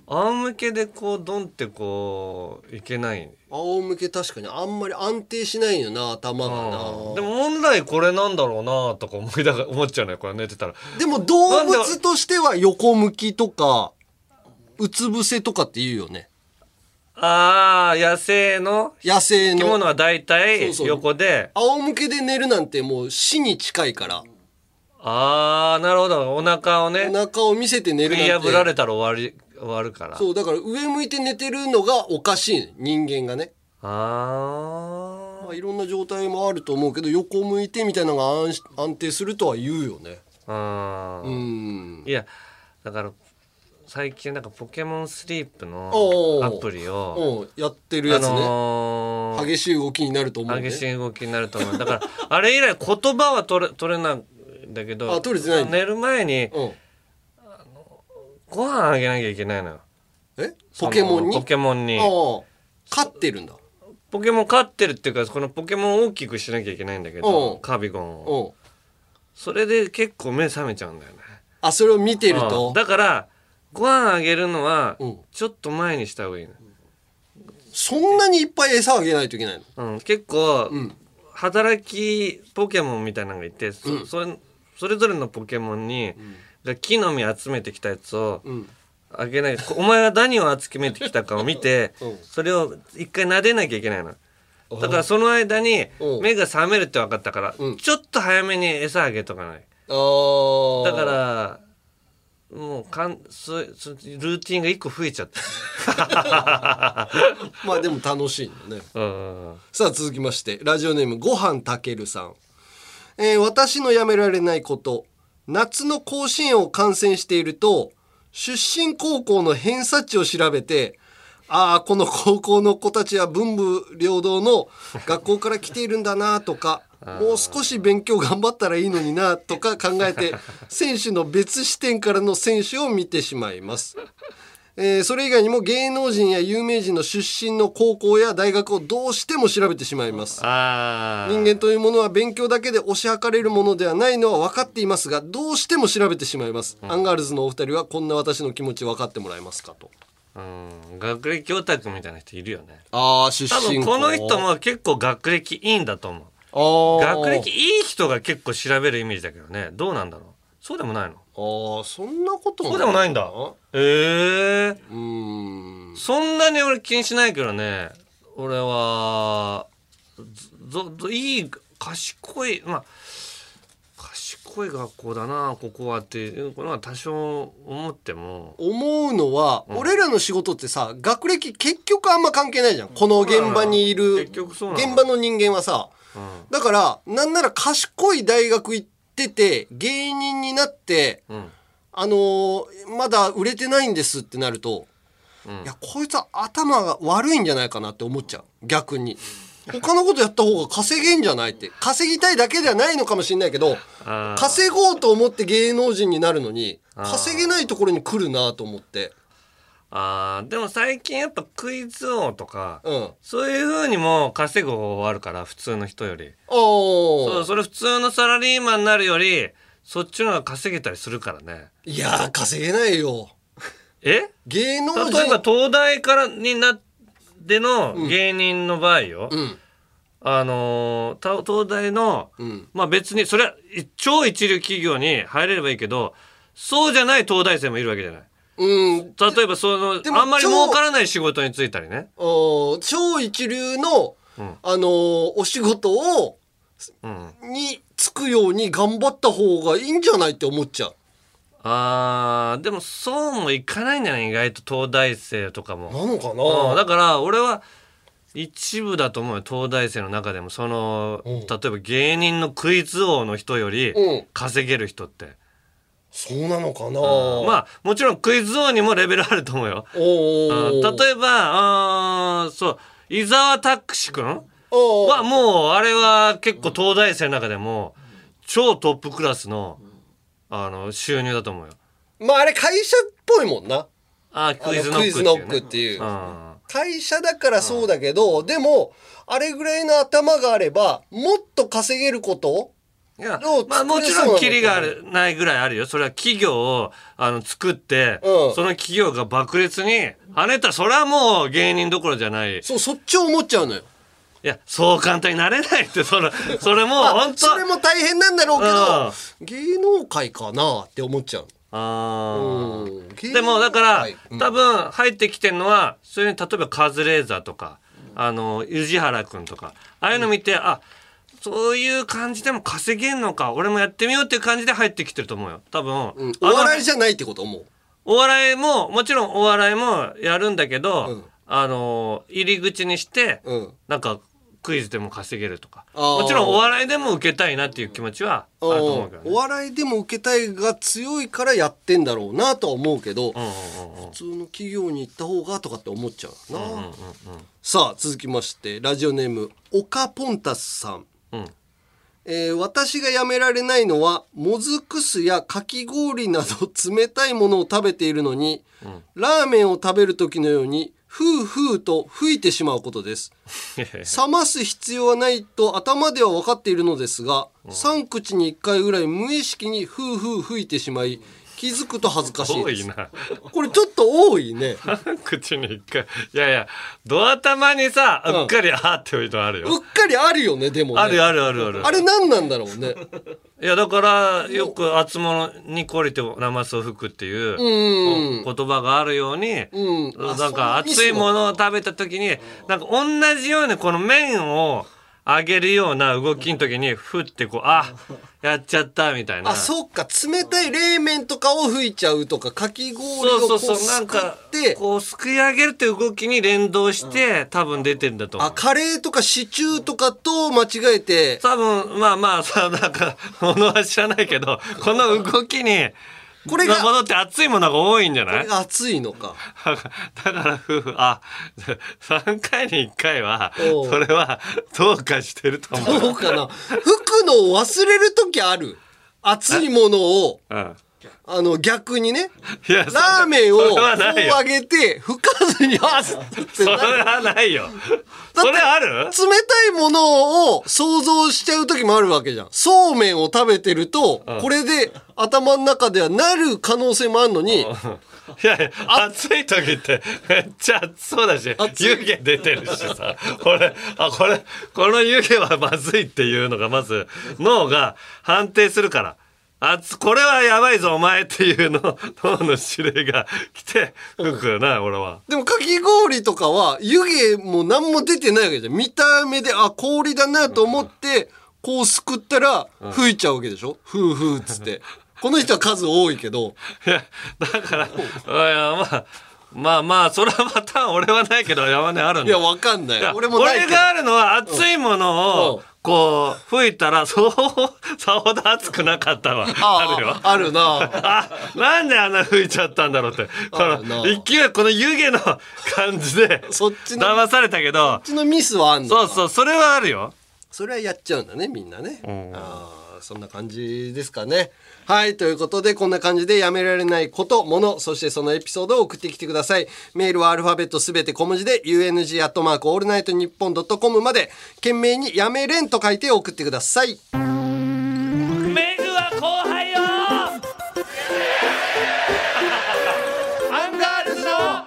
A: 仰向けでこうドンってこういけない。
B: 仰向け確かにあんまり安定しないよな、頭がな。
A: でも本来これなんだろうなとか思っちゃうね、これ寝てたら。
B: でも動物としては横向きとかうつ伏せとかって言うよね。
A: 野生の生き物は大体横で。
B: 仰向けで寝るなんてもう死に近いから。
A: なるほど。お腹をね、
B: お腹を見せて寝るなんて
A: 食い破られたら終わるから。
B: そうだから上向いて寝てるのがおかしい、人間がね。まあいろんな状態もあると思うけど、横向いてみたいなのが安定するとは言うよね。
A: いやだから最近なんかポケモンスリープのアプリを
B: やってるやつね、激しい動きになると思うね。
A: 激しい動きになると思う。だからあれ以来言葉は取れないんだけど、
B: 取れてない。
A: 寝る前にご飯あげなきゃいけないのよ。
B: ポケモンに？
A: ポケモンに。
B: 飼ってるんだ。
A: ポケモン飼ってるっていうか、このポケモンを大きくしなきゃいけないんだけど、カビゴンを。それで結構目覚めちゃうんだよね。
B: それを見てると。
A: だからご飯あげるのはちょっと前にした方がいいの。
B: そんなにいっぱい餌あげないといけない
A: の？結構働きポケモンみたいなのがいて、それぞれのポケモンに木の実集めてきたやつをあげない。お前が何を集めてきたかを見てそれを一回撫でなきゃいけないの。だからその間に目が覚めるって分かったからちょっと早めに餌あげとかない。だからもうルーティンが一個増えちゃった
B: まあでも楽しいんだね。さあ続きまして、ラジオネームごはんたけるさん。私のやめられないこと、夏の甲子園を観戦していると出身高校の偏差値を調べて、この高校の子たちは文武両道の学校から来ているんだなとかもう少し勉強頑張ったらいいのになとか考えて選手の別視点からの選手を見てしまいます。それ以外にも芸能人や有名人の出身の高校や大学をどうしても調べてしまいます。人間というものは勉強だけで推し量れるものではないのは分かっていますが、どうしても調べてしまいます。アンガールズのお二人はこんな私の気持ち分かってもらえますかと。
A: 学歴オタクみたいな人いるよね。
B: 出身
A: 多分この人も結構学歴いいんだと思う。学歴いい人が結構調べるイメージだけどね。どうなんだろう。そうでもないの？
B: そんなこと
A: そうでもないんだ。そんなに俺気にしないけどね。俺はいい賢い賢い学校だなここはっていうのは多少思っても、
B: 思うのは、俺らの仕事ってさ、学歴結局あんま関係ないじゃん。この現場にいる現場の人間はさ、だからなんなら賢い大学行ってて芸人になって、まだ売れてないんですってなると、いやこいつは頭が悪いんじゃないかなって思っちゃう。逆に他のことやった方が稼げんじゃないって。稼ぎたいだけではないのかもしれないけど、稼ごうと思って芸能人になるのに稼げないところに来るなと思って。
A: でも最近やっぱクイズ王とか、そういう風にも稼ぐ方法あるから、普通の人より。それ普通のサラリーマンになるよりそっちの方が稼げたりするからね。
B: いや稼げないよ。芸能人
A: 例えば東大からになっての芸人の場合よ、東大の、まあ別にそれは超一流企業に入れればいいけど、そうじゃない東大生もいるわけじゃない。例えばあんまり儲からない仕事に就いたりね。
B: 超一流の、お仕事を、に就くように頑張った方がいいんじゃないって思っちゃう。
A: でもそうもいかないんじゃない？意外と東大生とかも。
B: なのかな？
A: だから俺は一部だと思うよ。東大生の中でも例えば芸人のクイズ王の人より稼げる人って。
B: そうなのかな？
A: まあもちろんクイズ王にもレベルあると思うよ。例えば伊沢拓司君はもうあれは結構東大生の中でも超トップクラスの収入だと思うよ。
B: まああれ会社っぽいもんな。
A: クイズ
B: ノックっていう、会社だからそうだけど、でもあれぐらいの頭があればもっと稼げること
A: いや、まあもちろんキリがないぐらいあるよ。それは企業を作って、その企業が爆裂に跳ねたら、それはもう芸人どころじゃない。
B: そっちを思っちゃうのよ。
A: いや、そう簡単になれないって、それも本当
B: それも大変なんだろうけど、芸能界かなって思っちゃう。
A: でもだから、多分入ってきてるのは、それに例えばカズレーザーとか、宇治原くんとか、ああいうの見て、そういう感じでも稼げんのか、俺もやってみようっていう感じで入ってきてると思うよ。多分。
B: お笑いじゃないってこと思う。
A: お笑いも、もちろんお笑いもやるんだけど、入り口にして、なんかクイズでも稼げるとか。もちろんお笑いでも受けたいなっていう気持ちはあると思うけどね。
B: お笑いでも受けたいが強いからやってんだろうなとは思うけど、普通の企業に行った方がとかって思っちゃうな。さあ続きまして、ラジオネームオカポンタスさん。私がやめられないのはもずく酢やかき氷など冷たいものを食べているのに、ラーメンを食べる時のようにふうふうと吹いてしまうことです。冷ます必要はないと頭では分かっているのですが、3口に1回ぐらい無意識にふうふう吹いてしまい、気づくと恥ずかしいです。
A: 多いな。
B: これちょっと多いね。
A: 口に1回。いやいや、ドア玉にさ、うっかりっていうのあるよ。
B: うっかりあるよね、でもね。
A: あるあるあるある。
B: あれ何なんだろうね。
A: いやだからよく厚物に懲りてナマスを吹くっていう言葉があるように、なんか熱いものを食べた時になんか同じようにこの麺を揚げるような動きの時にふってこうやっちゃったみたいな。
B: そっか、冷たい冷麺とかを吹いちゃうとか、かき氷をこうすくって
A: こうすくい上げるっていう動きに連動して多分出てるんだと思う。
B: カレーとかシチューとかと間違えて
A: 多分まあさ、なんかものは知らないけどこの動きにこれがものって熱いものが多いんじゃない？
B: これが熱いのか。
A: だから3回に1回はそれはどうかしてると思う。
B: どうかな。吹くのを忘れる時ある。熱いものを逆にね、ラーメンをこう揚げて吹かずに
A: それはないよ。それある？
B: 冷たいものを想像しちゃう時もあるわけじゃん。そうめんを食べてるとこれで頭の中ではなる可能性もあるのに、
A: いや暑い時ってめっちゃ暑そうだし湯気出てるしさ、この湯気はまずいっていうのがまず脳が判定するから、これはやばいぞお前っていうの脳の指令が来て吹くよな俺は。
B: でもかき氷とかは湯気も何も出てないわけじゃん。見た目で氷だなと思ってこうすくったら吹いちゃうわけでしょ。ふうふうっつってこの人は数多いけど、
A: いやだからまあそれはまた俺はないけど山根あるんだ。
B: いやわかんない。俺もないけど。
A: 俺があるのは熱いものをこう吹いたらさほど熱くなかったわ。あるよ。
B: あるな。
A: なんであんな吹いちゃったんだろうって。この勢いこの湯気の感じで騙されたけど。
B: そっちのミスはあんのか。
A: そうそれはあるよ。
B: それはやっちゃうんだねみんなね。そんな感じですかね。はい、ということでこんな感じでやめられないこともの、そしてそのエピソードを送ってきてください。メールはアルファベットすべて小文字で UNG@allnightnippon.com まで懸命にやめれんと書いて送ってください。
A: メグは後輩よアンガールズの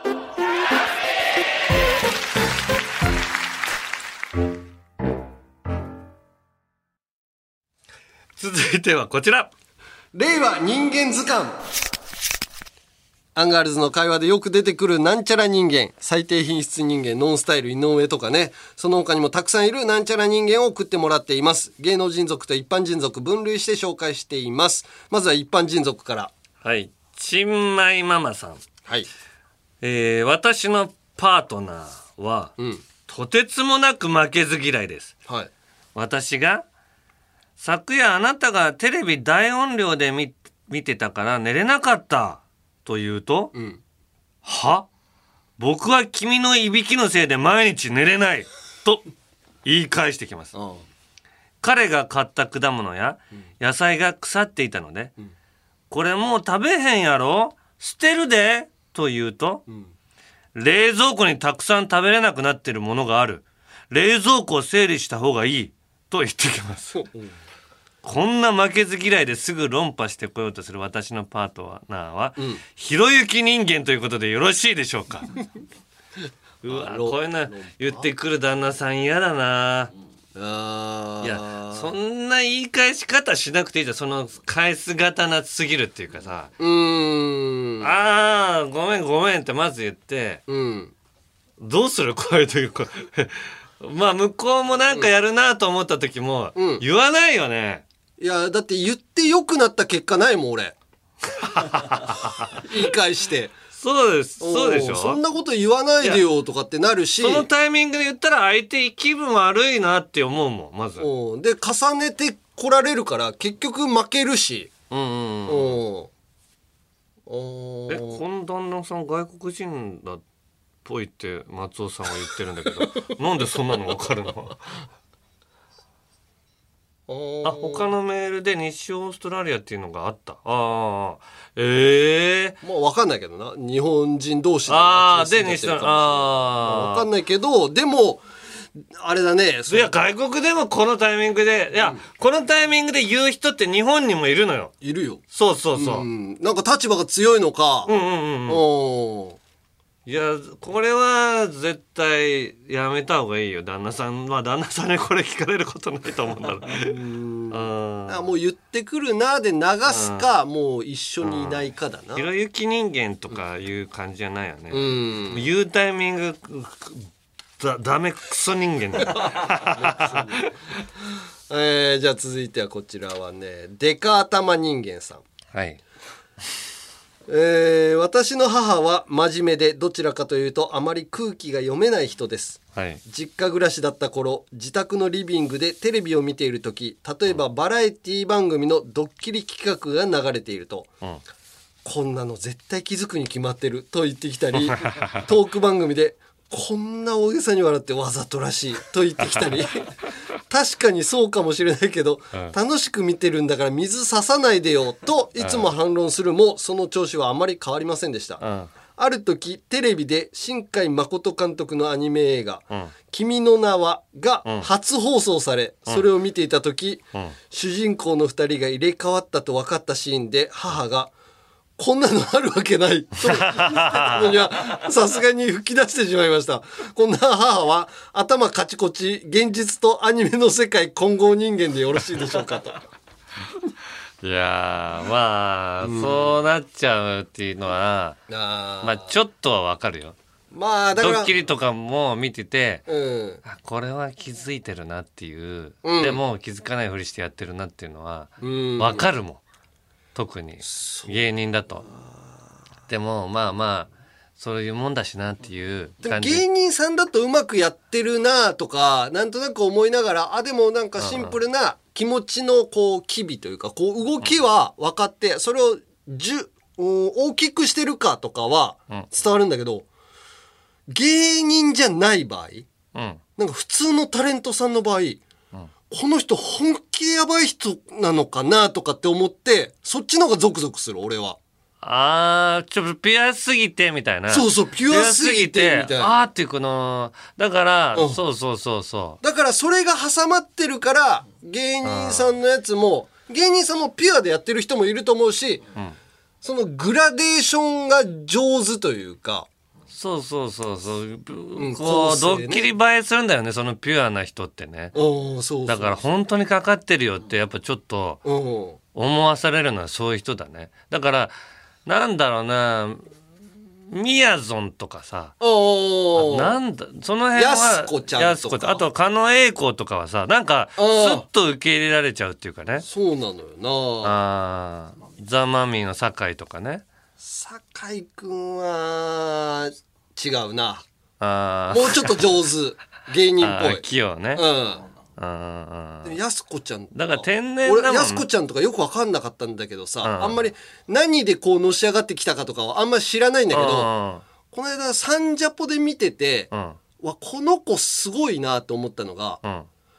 A: 続いてはこちら、
B: 令和人間図鑑。アンガールズの会話でよく出てくるなんちゃら人間、最低品質人間、ノンスタイル井上とかね、その他にもたくさんいるなんちゃら人間を送ってもらっています。芸能人族と一般人族分類して紹介しています。まずは一般人族から。
A: はい、ちんまいママさん。
B: はい。
A: 私のパートナーは、とてつもなく負けず嫌いです。
B: はい。
A: 私が昨夜あなたがテレビ大音量で見てたから寝れなかったと言うと、は？僕は君のいびきのせいで毎日寝れないと言い返してきます。彼が買った果物や野菜が腐っていたので、これもう食べへんやろ？捨てるでと言うと、冷蔵庫にたくさん食べれなくなってるものがある。冷蔵庫を整理した方がいいと言ってきます。 こんな負けず嫌いですぐ論破してこようとする私のパートナーは、ひろゆき人間ということでよろしいでしょうか。うわこういうの言ってくる旦那さん嫌だな。いやそんな言い返し方しなくていいじゃん。その返す刀すぎるっていうかさ、ああごめんごめんってまず言って、どうするこういう時まあ向こうもなんかやるなと思った時も言わないよね。
B: いやだって言って良くなった結果ないもん俺。言い返して
A: そうです。そうでしょ。
B: そんなこと言わないでよとかってなるし、
A: そのタイミングで言ったら相手気分悪いなって思うもんまず。
B: で重ねて来られるから結局負けるし。
A: この旦那さん外国人だっぽいって松尾さんは言ってるんだけどなんでそんなの分かるの？他のメールで日オーストラリアっていうのがあった。もう
B: 分かんないけどな日本人同士
A: で日分
B: かんないけどでもあれだね。
A: いや外国でもこのタイミングでこのタイミングで言う人って日本にもいるのよ。
B: いるよ。
A: そうそうそう、
B: なんか立場が強いのか。
A: いやこれは絶対やめた方がいいよ。旦那さん旦那さんにこれ聞かれることないと思うんだろう。
B: もう言ってくるなで流すか、もう一緒にいないかだな。
A: ひろゆき人間とかいう感じじゃないよね。言うタイミングダメクソ人間だよ。
B: じゃあ続いてはこちらはねデカ頭人間さん。
A: はい。
B: 私の母は真面目でどちらかというとあまり空気が読めない人です、実家暮らしだった頃自宅のリビングでテレビを見ている時例えばバラエティ番組のドッキリ企画が流れていると、こんなの絶対気づくに決まってると言ってきたりトーク番組でこんな大げさに笑ってわざとらしいと言ってきたり確かにそうかもしれないけど、楽しく見てるんだから水差さないでよといつも反論するもその調子はあまり変わりませんでした、ある時テレビで新海誠監督のアニメ映画「君の名は」が初放送され、それを見ていた時、主人公の2人が入れ替わったと分かったシーンで母がこんなのあるわけないと言ってたのにはさすがに吹き出してしまいました。こんな母は頭カチコチ現実とアニメの世界混合人間でよろしいでしょうかと。
A: いやそうなっちゃうっていうのはちょっとはわかるよ。だからドッキリとかも見てて、これは気づいてるなっていう、でも気づかないふりしてやってるなっていうのはわかるもん。特に芸人だと。でもそういうもんだしなっていう感じ。
B: 芸人さんだとうまくやってるなとかなんとなく思いながらでもなんかシンプルな気持ちのこう機微というかこう動きは分かってそれを大きくしてるかとかは伝わるんだけど、芸人じゃない場合、なんか普通のタレントさんの場合、この人本気でやばい人なのかなとかって思ってそっちの方がゾクゾクする俺は。
A: ちょっとピュアすぎてみたいな。
B: そうそうピュアすぎてみたいな。
A: っていうこのだから、そう
B: だからそれが挟まってるから芸人さんのやつも芸人さんもピュアでやってる人もいると思うし、そのグラデーションが上手というか。
A: そうこうドッキリ映えするんだよねそのピュアな人ってね。だから本当にかかってるよってやっぱちょっと思わされるのはそういう人だね。だからなんだろうなみやぞんとかさなんだその辺は
B: やすこちゃんとか
A: あと狩野英孝とかはさなんかスッと受け入れられちゃうっていうかね。
B: そうなのよな。
A: ザ・マミィの酒井とかね。
B: 酒井くんは違うな。もうちょっと上手芸人っぽい。
A: 器用ね。
B: やすこちゃん
A: だから天然だもん。
B: 俺やすこちゃんとかよく分かんなかったんだけどさ、あんまり何でこうのし上がってきたかとかはあんまり知らないんだけど、この間サンジャポで見てて、この子すごいなと思ったのが、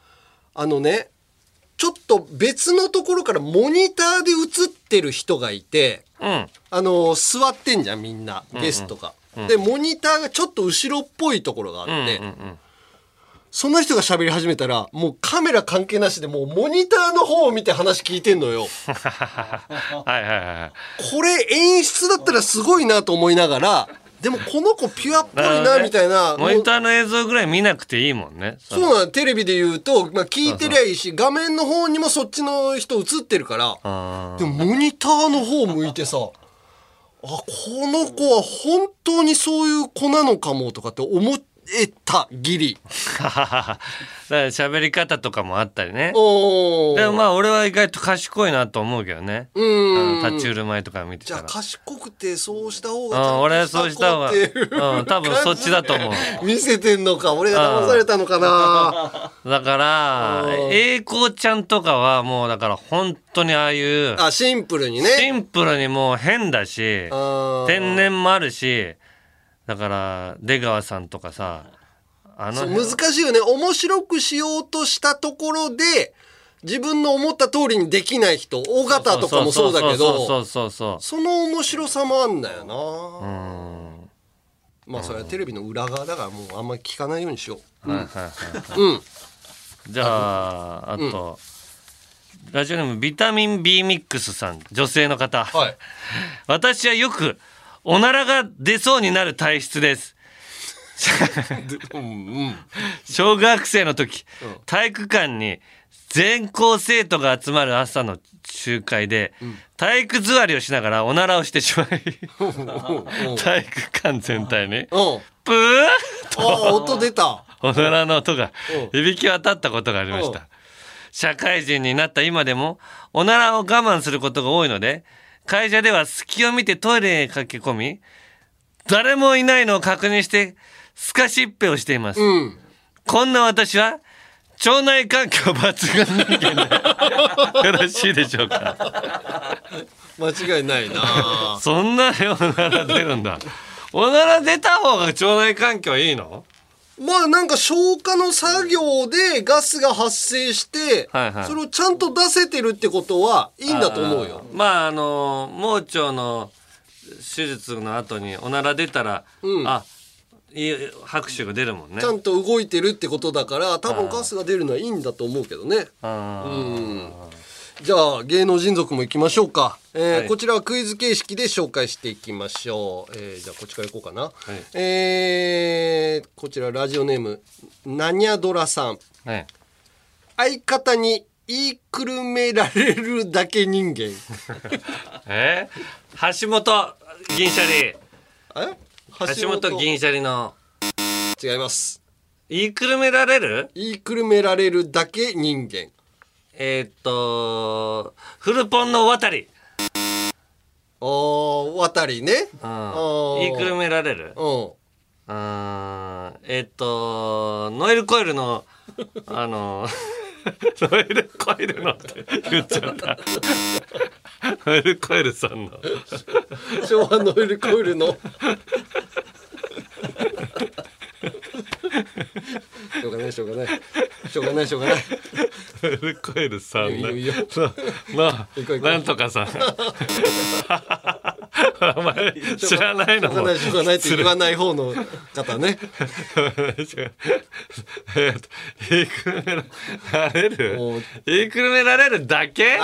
B: ちょっと別のところからモニターで映ってる人がいて、座ってんじゃんみんなゲストが。でモニターがちょっと後ろっぽいところがあって、 その人が喋り始めたらもうカメラ関係なしでもうモニターの方を見て話聞いてんのよ。
A: はいはいはい。
B: これ演出だったらすごいなと思いながら、でもこの子ピュアっぽいなみたいな、
A: モニターの映像ぐらい見なくていいもんね。
B: そうなの。テレビで言うと、まあ、聞いてりゃいいし、画面の方にもそっちの人映ってるから、でもモニターの方向いてさ、あ、この子は本当にそういう子なのかもとかって思えたギリ。
A: だから喋り方とかもあったりね。で
B: お
A: もまあ俺は意外と賢いなと思うけどね。立ち売る前とか見てたら。
B: じゃあ賢くてそうした方が
A: 俺はそうした方が、多分そっちだと思う。
B: 見せてんのか、俺が騙されたのかな。
A: だから栄光ちゃんとかはもうだから本当にああいう
B: シンプルにね、
A: シンプルにもう変だし天然もあるし、だから出川さんとかさ、
B: そう難しいよね。面白くしようとしたところで自分の思った通りにできない人、尾形とかもそうだけど、その面白さもあんだよな。まあそれはテレビの裏側だからもうあんまり聞かないようにしよう。
A: じゃああと、ラジオネームビタミン B ミックスさん、女性の方、私はよくおならが出そうになる体質です。小学生の時、体育館に全校生徒が集まる朝の集会で、体育座りをしながらおならをしてしまい体育館全体にブーッと
B: 音出た。
A: おならの音が響き渡ったことがありました。社会人になった今でもおならを我慢することが多いので、会社では隙を見てトイレへ駆け込み、誰もいないのを確認してスカシッペをしています。こんな私は腸内環境抜群人間でよろしいでしょうか。
B: 間違いないな。
A: そんなにおなら出るんだ。おなら出た方が腸内環境いいの？
B: まあなんか消化の作業でガスが発生して、それをちゃんと出せてるってことはいいんだと思うよ。
A: まあ盲腸の手術の後におなら出たら、いい拍手が出るもんね。
B: ちゃんと動いてるってことだから、多分ガスが出るのはいいんだと思うけどね。じゃあ芸能人族も行きましょうか。こちらはクイズ形式で紹介していきましょう。じゃあこっちから行こうかな。こちらラジオネームなにゃドラさん。相方に言いくるめられるだけ人間。
A: 橋本銀シャリ。橋本銀シャリの。
B: 違います。
A: 言いくるめられる？
B: 言いくるめられるだけ人間。
A: フルポンの渡り。
B: 渡りね。
A: 言いくるめられる？ノエルコイルのノエルコイルのって言っちゃった。ノエルコイルさんの
B: 昭和ノエルコイルのしょうがないしょうがないしょうがないしょうがない。
A: ノエルコイルさんのなんとかさん。お前知らないのも
B: しょうがないって言わない方の方ね。
A: 言いくるめられる？言いくるめられるだけ？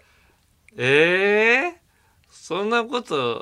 A: そんなこと。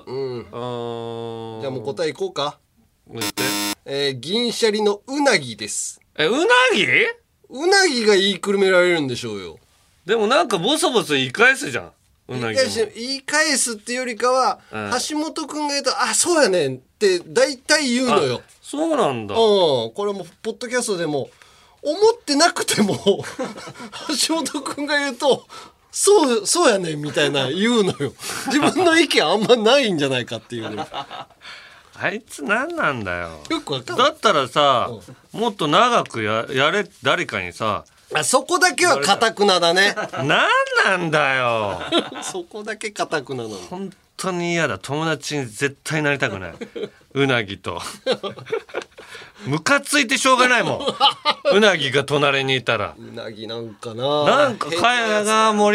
B: じゃあもう答えいこうか。銀シャリのうなぎです。
A: うなぎ？
B: うなぎが言いくるめられるんでしょうよ。
A: でもなんかボソボソ言い返すじゃん。うなぎも
B: 言い返すっていうよりかは、橋本くんが言うと「あ、そうやねん」って大体言うのよ。
A: そうなんだ。
B: これもポッドキャストでも思ってなくても橋本くんが言うと「そうやねん」みたいな言うのよ。自分の意見あんまないんじゃないかっていうの。
A: あいつ何なんだよ。
B: よくわかんない。
A: だったらさ、もっと長くやれ、誰かにさ。
B: そこだけは堅くなだね。
A: 何なんだよ。
B: そこだけ堅くなの。
A: 本当に嫌だ。友達に絶対なりたくない。うなぎと。 ムカついてしょうがないもんうなぎが隣にいたら。
B: うなぎなんかな、
A: なんか会話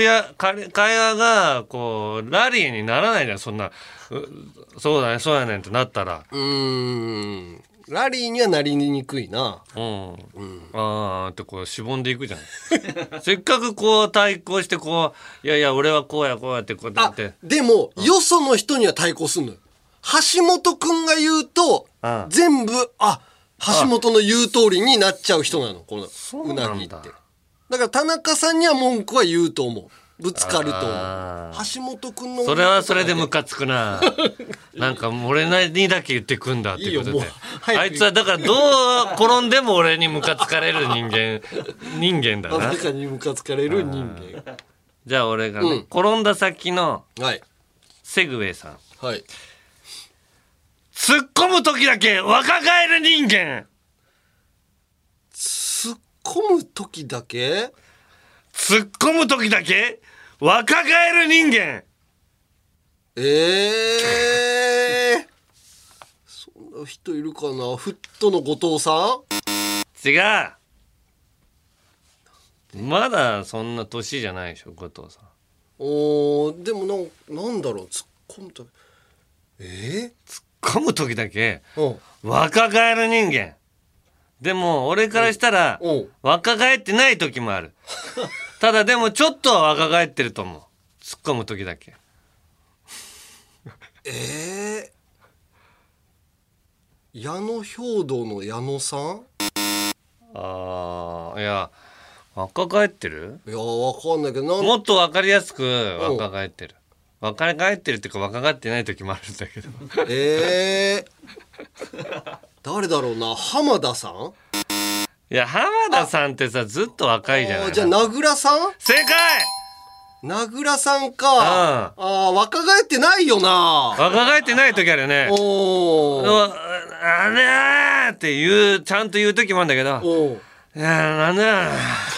A: がこうラリーにならないじゃん。そんなそうだねそうやねんってなったら
B: ラリーにはなりにくいな。
A: あーってこうしぼんでいくじゃんせっかくこう対抗してこういやいや俺はこうやってこうやって。
B: でも、よその人には対抗すんのよ。橋本くんが言うと全部橋本の言う通りになっちゃう人なの、このうなぎって。だから田中さんには文句は言うと思う。ぶつかると思う。橋本くんの
A: それはそれでムカつくななんか俺にだけ言ってくんだっていうことであいつはだからどう転んでも俺にムカつかれる人間だな。
B: 中にムカつかれる人間。
A: じゃあ俺がね、転んだ先のセグウェイさん、
B: はい、
A: 突っ込む時だけ若返る人間。
B: 突っ込む時だけ
A: 若返る人間。
B: そんな人いるかな。フットの後藤さん。
A: 違う、まだそんな年じゃないでしょ後藤さん。
B: でもなんだろう、突っ込む時
A: 突っ込む時だけ若返る人間。でも俺からしたら若返ってない時もあるただでもちょっとは若返ってると思う、突っ込む時だけ。
B: 矢野兵道の矢野さん。
A: いや若返ってる。
B: いやわかんないけど
A: もっと分かりやすく若返ってる。若返ってるっていうか若返ってない時もあるんだけど
B: 誰だろうな。浜田さん。
A: いや浜田さんってさずっと若いじゃない。
B: じゃあ名倉さん。
A: 正解。
B: 名倉さんか。若返ってないよな。
A: 若返ってない時あるよね。あれーってちゃんと言う時もあるんだけど、いやなんだ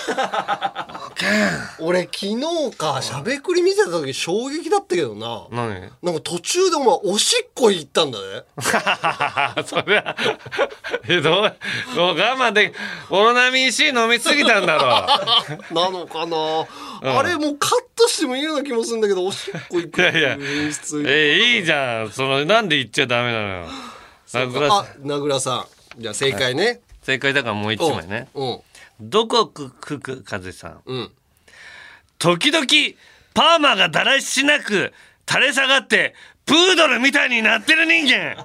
B: 俺昨日かしゃべくり見てた時衝撃だったけどな。
A: 何？
B: なんか途中でお前おしっこ行ったんだね
A: それはどう我慢でオロナミン C 飲みすぎたんだろ
B: うなのかな、あれもうカットしてもいいような気もするんだけど、おしっこ行くっていう演出。
A: いいじゃん。なんで言っちゃダメなのよ。
B: 名倉さん。じゃあ正解ね。
A: 正解だからもう一枚ね。どこくく風さん。時々パーマがだらしなく垂れ下がってプードルみたいになってる人間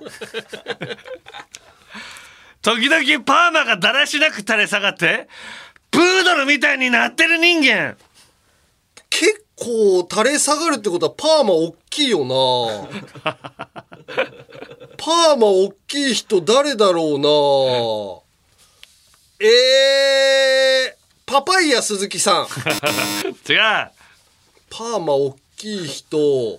A: 時々パーマがだらしなく垂れ下がってプードルみたいになってる人間。
B: 結構垂れ下がるってことはパーマ大きいよなパーマ大きい人誰だろうな。パパイヤ鈴木さん。
A: 違う。
B: パーマ大きい人。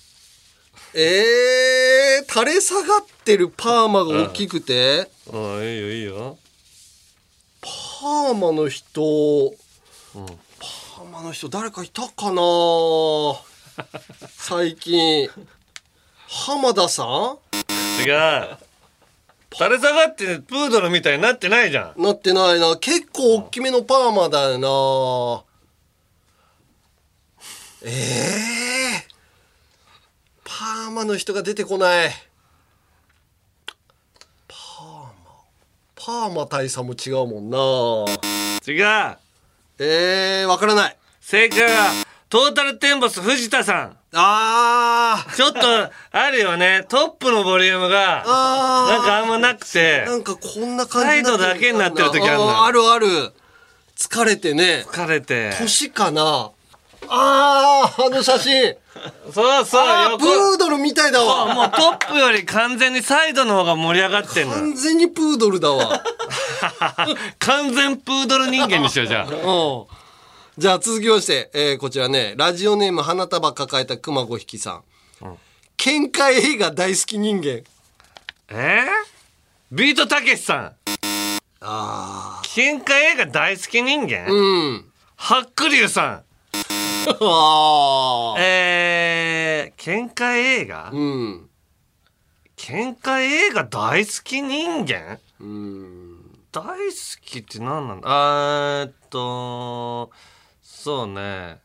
B: 垂れ下がってるパーマが大きくて。
A: いいよいいよ。
B: パーマの人。パーマの人誰かいたかな最近。浜田さん？
A: 違う。垂れ下がってプードルみたいになってないじゃん。
B: なってないな。結構大きめのパーマだよな。パーマの人が出てこない。パーマ大佐も違うもんな。
A: 違う。
B: わからない。
A: 正解はトータルテンボス藤田さん。ちょっとあるよね。トップのボリュームがなんかあんまなくて、
B: なんかこんな感じ
A: サイドだけになってる時あるの。
B: あるある。疲れてね。
A: 疲れて。
B: 年かな。あの写真。
A: そうそう。
B: プードルみたいだわ。
A: もうトップより完全にサイドの方が盛り上がってんの。
B: 完全にプードルだわ。
A: 完全プードル人間にしようじゃあ。
B: じゃあ続きまして、こちらね、ラジオネーム花束抱えた熊5匹さん。喧嘩映画大好き人間。
A: ビートたけしさん。喧嘩映画大好き人間？ハックリュウさん。喧嘩映画？ 喧嘩映画大好き人間？大好きって何なんだ？そうね。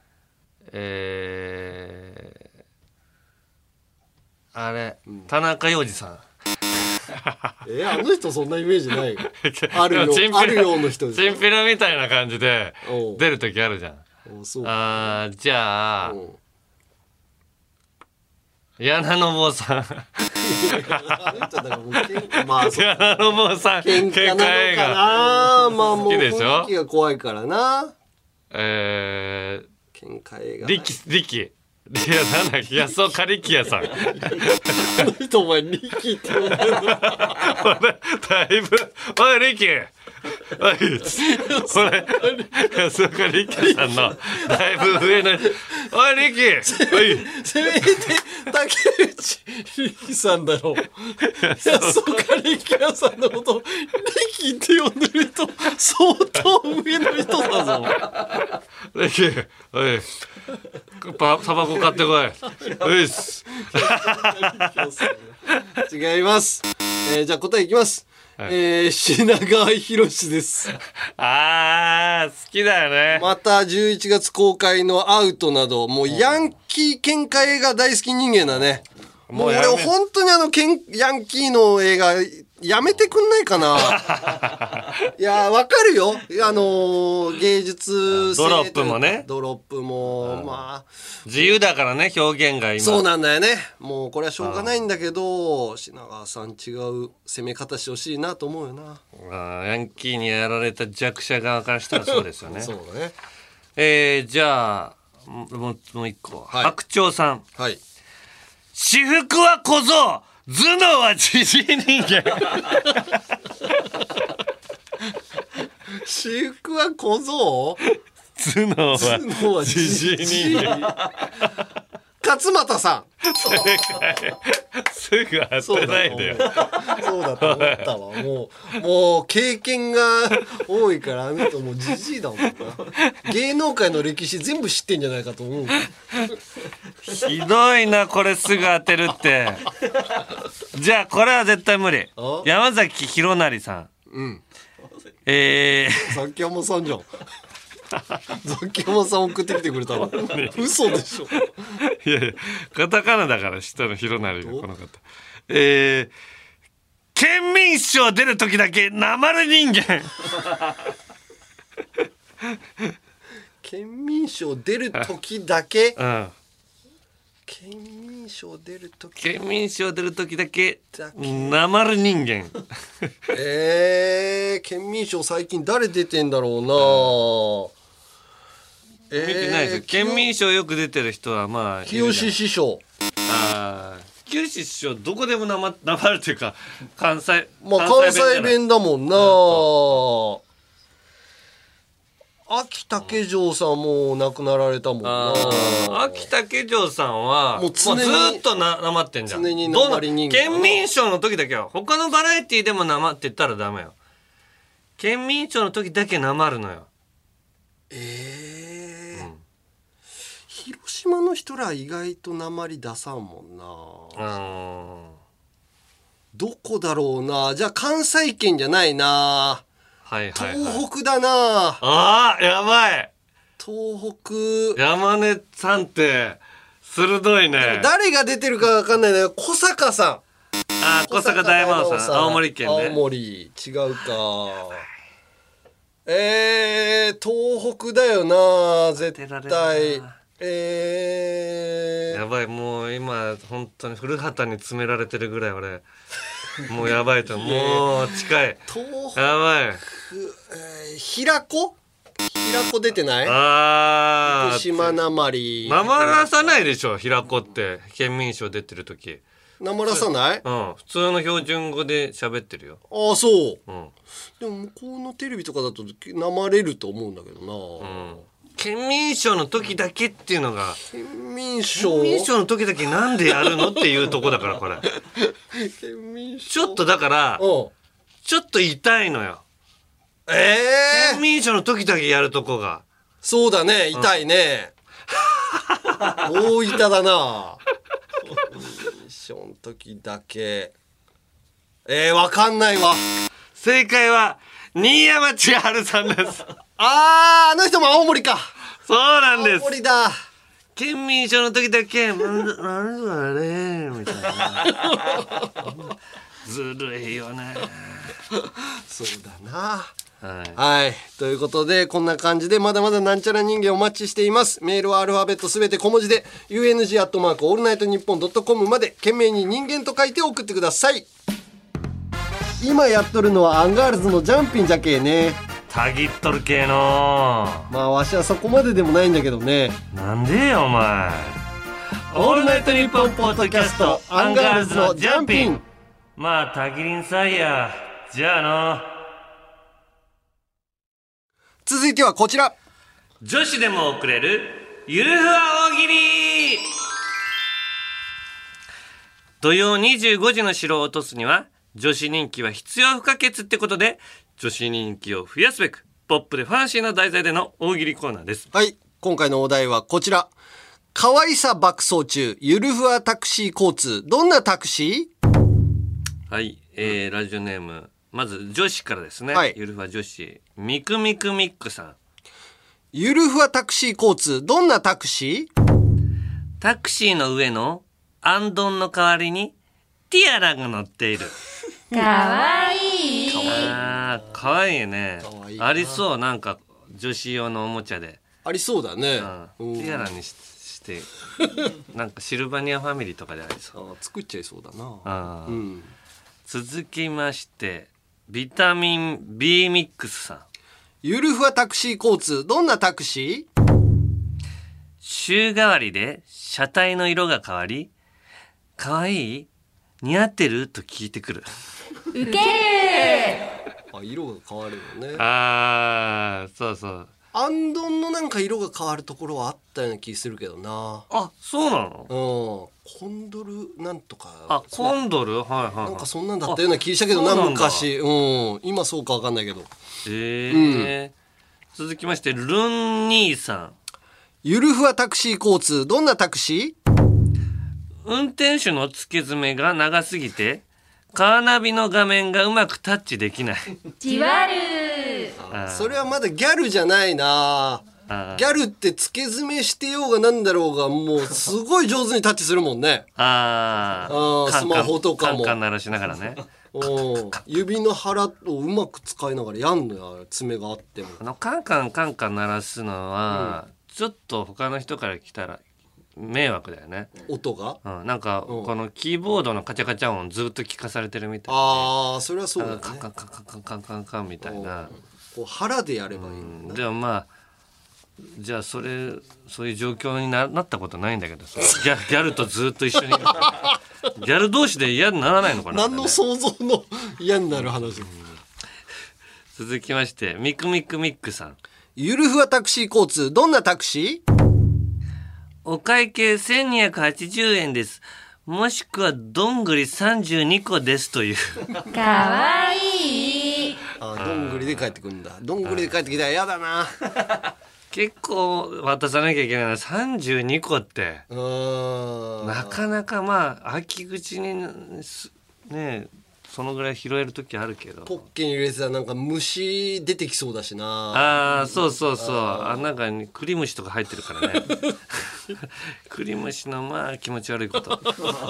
A: あれ、田中洋次さん。
B: あの人そんなイメージない。あるような人です。
A: チンピラみたいな感じで出る時あるじゃん。じゃあ柳の坊さん。柳の坊さん喧嘩映画
B: 好
A: きでしょ。
B: 雰囲気が怖いからな。
A: 喧
B: 嘩映画
A: 力いやなんだ安岡力也さん。
B: あの人お前力って呼んでるの。
A: だいぶおい力おいこれ安岡力也さんのだいぶ上のおい力
B: せめて竹内力さんだろう。安岡力也さんのこと力って呼んでる人相当上の人だぞ。
A: 力おいタバコ買ってこい。ういっす。
B: 違います。じゃあ答えいきます。品川博です。
A: 好きだよね。
B: また11月公開のアウトなど、もうヤンキー喧嘩映画大好き人間だね。もう俺本当にヤンキーの映画やめてくんないかな。いやわかるよ。芸術性
A: ドロップもね。
B: ドロップもまあ
A: 自由だからね、表現が今。
B: そうなんだよね。もうこれはしょうがないんだけど、品川さん違う攻め方してほしいなと思うよな。
A: ヤンキーにやられた弱者側からしたらそうですよね。
B: そうだね。
A: じゃあもう一個、白鳥さん。
B: はい。
A: 私服は小僧、頭脳はじじい人間。
B: 私服は小僧、
A: 頭脳はじじい人間。
B: 勝俣さん。
A: すぐ当てないでよ。
B: そうだと思ったわ。もう経験が多いからあの人もうじじいだもんな。芸能界の歴史全部知ってんじゃないかと思う。
A: ひどいなこれすぐ当てるって。じゃあこれは絶対無理。山崎弘成さん。
B: ザキヤマさんじゃん。ザキヤマさん送ってきてくれたの。嘘でしょ。
A: いやいやカタカナだから下の弘成がこの方。県民賞出る時だけなまる人間。
B: 県民賞出る時だけ。県民賞出る時だけなまる人間。 県民賞最近誰出てんだろうな。
A: 見てないですよ。県民賞よく出てる人はまあ
B: 清志師匠。
A: 清志師匠どこでもなまるというか関西
B: 弁だもんな。秋竹城さんも亡くなられたもんな。
A: 秋竹城さんはもうずっとなまってんじゃん。
B: 常になまり人間。
A: 県民賞の時だけは他のバラエティでもなまってったらダメよ。県民賞の時だけなまるのよ。
B: 広島の人ら意外となまり出さんもんな。どこだろうな。じゃあ関西圏じゃないな。東北だな。
A: やばい。
B: 東北。
A: 山根さんって鋭いね。
B: 誰が出てるか分かんないね。小坂さん。
A: 小坂大魔王さん。青森県ね。
B: 青森違うか。東北だよな絶対。
A: やばいもう今本当に古畑に詰められてるぐらい俺もうやばいともう近い。やばい。
B: 平子出てない？福島なまり。
A: なまらさないでしょ平子って県民賞出てる時。
B: なまらさない？
A: 普通の標準語で喋ってるよ。
B: そう。でも向こうのテレビとかだとなまれると思うんだけどな。
A: 県民賞の時だけっていうのが
B: 県民賞
A: の時だけなんでやるのっていうとこだからこれ。ちょっとだからちょっと痛いのよ。県民賞の時だけやるとこが。
B: そうだね痛いね。大痛だな。 象の時だけわかんないわ。
A: 正解は新山千春さんです。
B: あの人も青森か。
A: そうなんです。
B: 青森だ。
A: 県民賞の時だけなんだねみたいな。ずるいよね。
B: そうだな。はい、ということでこんな感じでまだまだなんちゃら人間お待ちしています。メールはアルファベットすべて小文字で UNG@オールナイトニッポン.com まで懸命に人間と書いて送ってください。今やっとるのはアンガールズのジャンピンじゃけーね。
A: たぎっとる系の。
B: まあわしはそこまででもないんだけどね。
A: なんでよお前。オールナイトニッポンポッドキャストアンガールズのジャンピン。まあたぎりんさいや。じゃあの。
B: 続いてはこちら。
A: 女子でも送れるゆるふわ大喜利。土曜25時の城を落とすには女子人気は必要不可欠ってことで、女子人気を増やすべくポップでファンシーな題材での大喜利コーナーです。
B: はい、今回のお題はこちら。可愛さ爆走中ゆるふわタクシー交通。どんなタクシ
A: ー？はい、ラジオネームまず女子からですね、はい、ゆるふわ女子ミクミクミックさん。
B: ゆるふわタクシー交通。どんなタクシー？
A: タクシーの上のあんどんの代わりにティアラが乗っている。
J: かわいい。
A: かわいいね。ありそう。なんか女子用のおもちゃで
B: ありそうだね。
A: ティアラにしてなんかシルバニアファミリーとかでありそう。
B: 作っちゃいそうだな。
A: 続きましてビタミン B ミックスさん。
B: ゆるふわタクシー交通。どんなタクシー？
A: 週替わりで車体の色が変わり、かわいい？似合ってる？と聞いてくる。
J: ウケる。
B: 色が変わるよね。
A: そうそう。
B: あんどんのなんか色が変わるところはあったような気するけどな。
A: あ、そうなの？
B: コンドルなんとか。
A: コンドル？はいはい。
B: なんかそんなんだったような気したけどな、昔。今そうかわかんないけど。
A: 続きましてルン兄さん。
B: ゆるふわタクシー交通。どんなタクシー？
A: 運転手の付け爪が長すぎてカーナビの画面がうまくタッチできない。
J: じわる。
B: それはまだギャルじゃないな。ギャルって付け爪してようがなんだろうがもうすごい上手にタッチするもんね。スマホとかも
A: カンカン鳴らしながらね。
B: 指の腹をうまく使いながらやんのよ。爪があっても
A: カンカンカンカン鳴らすのは、ちょっと他の人から来たら迷惑だよね。
B: 音が、
A: なんかこのキーボードのカチャカチャ音ずっと聞かされてるみたい
B: な。それはそうだね。
A: カンカンカンカンカンカンカンカンみたいな。
B: こう腹でやればいいんだ。
A: でもまあじゃあそういう状況になったことないんだけど、ギャルとずっと一緒にギャル同士で嫌にならないのかな。
B: 何の想像の嫌になる話。
A: 続きましてミクミクミックさん。
B: ゆるふわタクシー交通。どんなタクシー？
A: お会計1280円です。もしくはどんぐり32個ですという。
J: かわいい。
B: どんぐりで帰ってくるんだ。どんぐりで帰ってきたら嫌だな。
A: 結構渡さなきゃいけないな。32個ってなかなかまあ秋口にねそのぐらい拾える時あるけど、
B: ポッケに入れてたらなんか虫出てきそうだしな。
A: そうそうそう。中に栗虫とか入ってるからね。栗虫のまあ気持ち悪いこと。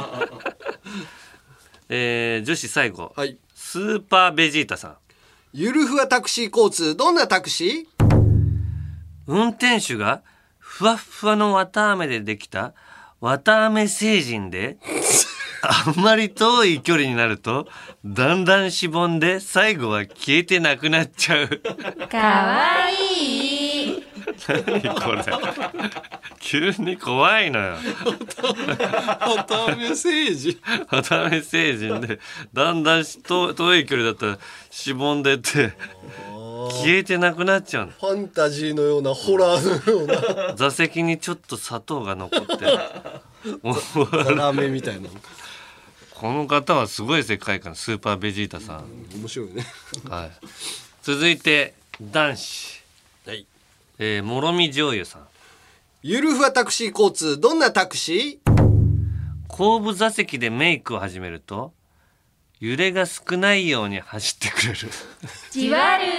A: 女子最後、スーパーベジータさん。
B: ゆるふわタクシー交通。どんなタクシー？
A: 運転手がふわふわの綿あめでできた綿あめ星人であんまり遠い距離になるとだんだんしぼんで最後は消えてなくなっちゃう。
J: かわいい。
A: 何これ急に怖いのよ。
B: 綿あめ星人。
A: 綿あめ星人でだんだん遠い距離だったらしぼんでって消えてなくなっちゃうの。
B: ファンタジーのようなホラーのような。
A: 座席にちょっと砂糖が残って
B: ラーメンみたいな。
A: この方はすごい世界観。スーパーベジータさん、
B: 面白いね。
A: 続いて男子、もろみ醤油さん。
B: ゆるふわタクシー交通。どんなタクシー？
A: 後部座席でメイクを始めると揺れが少ないように走ってくれる。
J: じわる。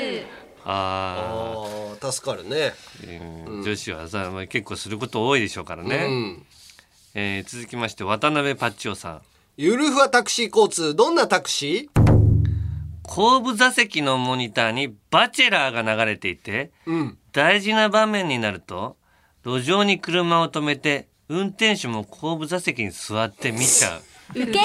B: 助かるね。
A: 女子はさ、結構すること多いでしょうからね。続きまして渡辺パッチオさん。
B: ゆるふわタクシー交通、どんなタクシー？
A: 後部座席のモニターにバチェラーが流れていて、大事な場面になると路上に車を止めて運転手も後部座席に座って見ちゃう。
J: ウケる。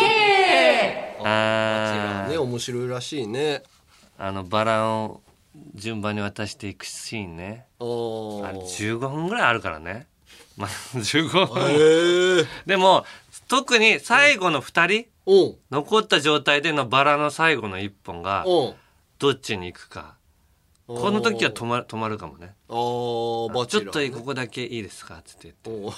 B: ね、面白いらしいね。
A: バラを順番に渡していくシーンね。あれ15分ぐらいあるからね。まあ、15分。でも特に最後の2人、残った状態でのバラの最後の1本がどっちに行くか。この時は止まるかもね。ちょっとここだけいいですかって言って。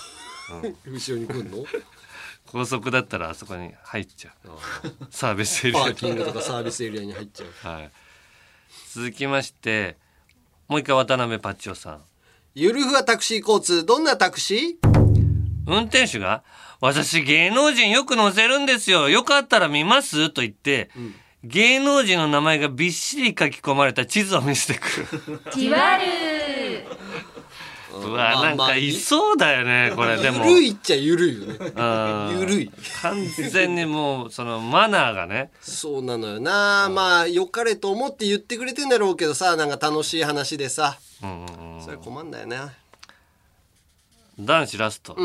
B: 後ろに来るの？
A: 高速だったらあそこに入っちゃう。サービスエリア。
B: パーキングとかサービスエリアに入っちゃう。
A: はい。続きましてもう一回渡辺パッチオさん。
B: ゆるふわタクシー交通、どんなタクシー？
A: 運転手が私芸能人よく乗せるんですよ、よかったら見ますと言って、芸能人の名前がびっしり書き込まれた地図を見せてくる。
J: じわる。
A: うわ、なんかいそうだよね、これ。でも
B: ゆるいっちゃゆるいよね。ゆるい。
A: 完全にもうそのマナーがね。
B: そうなのよな。まあ良かれと思って言ってくれてんだろうけどさ、なんか楽しい話でさ、それ困んだよね。
A: 男子ラスト。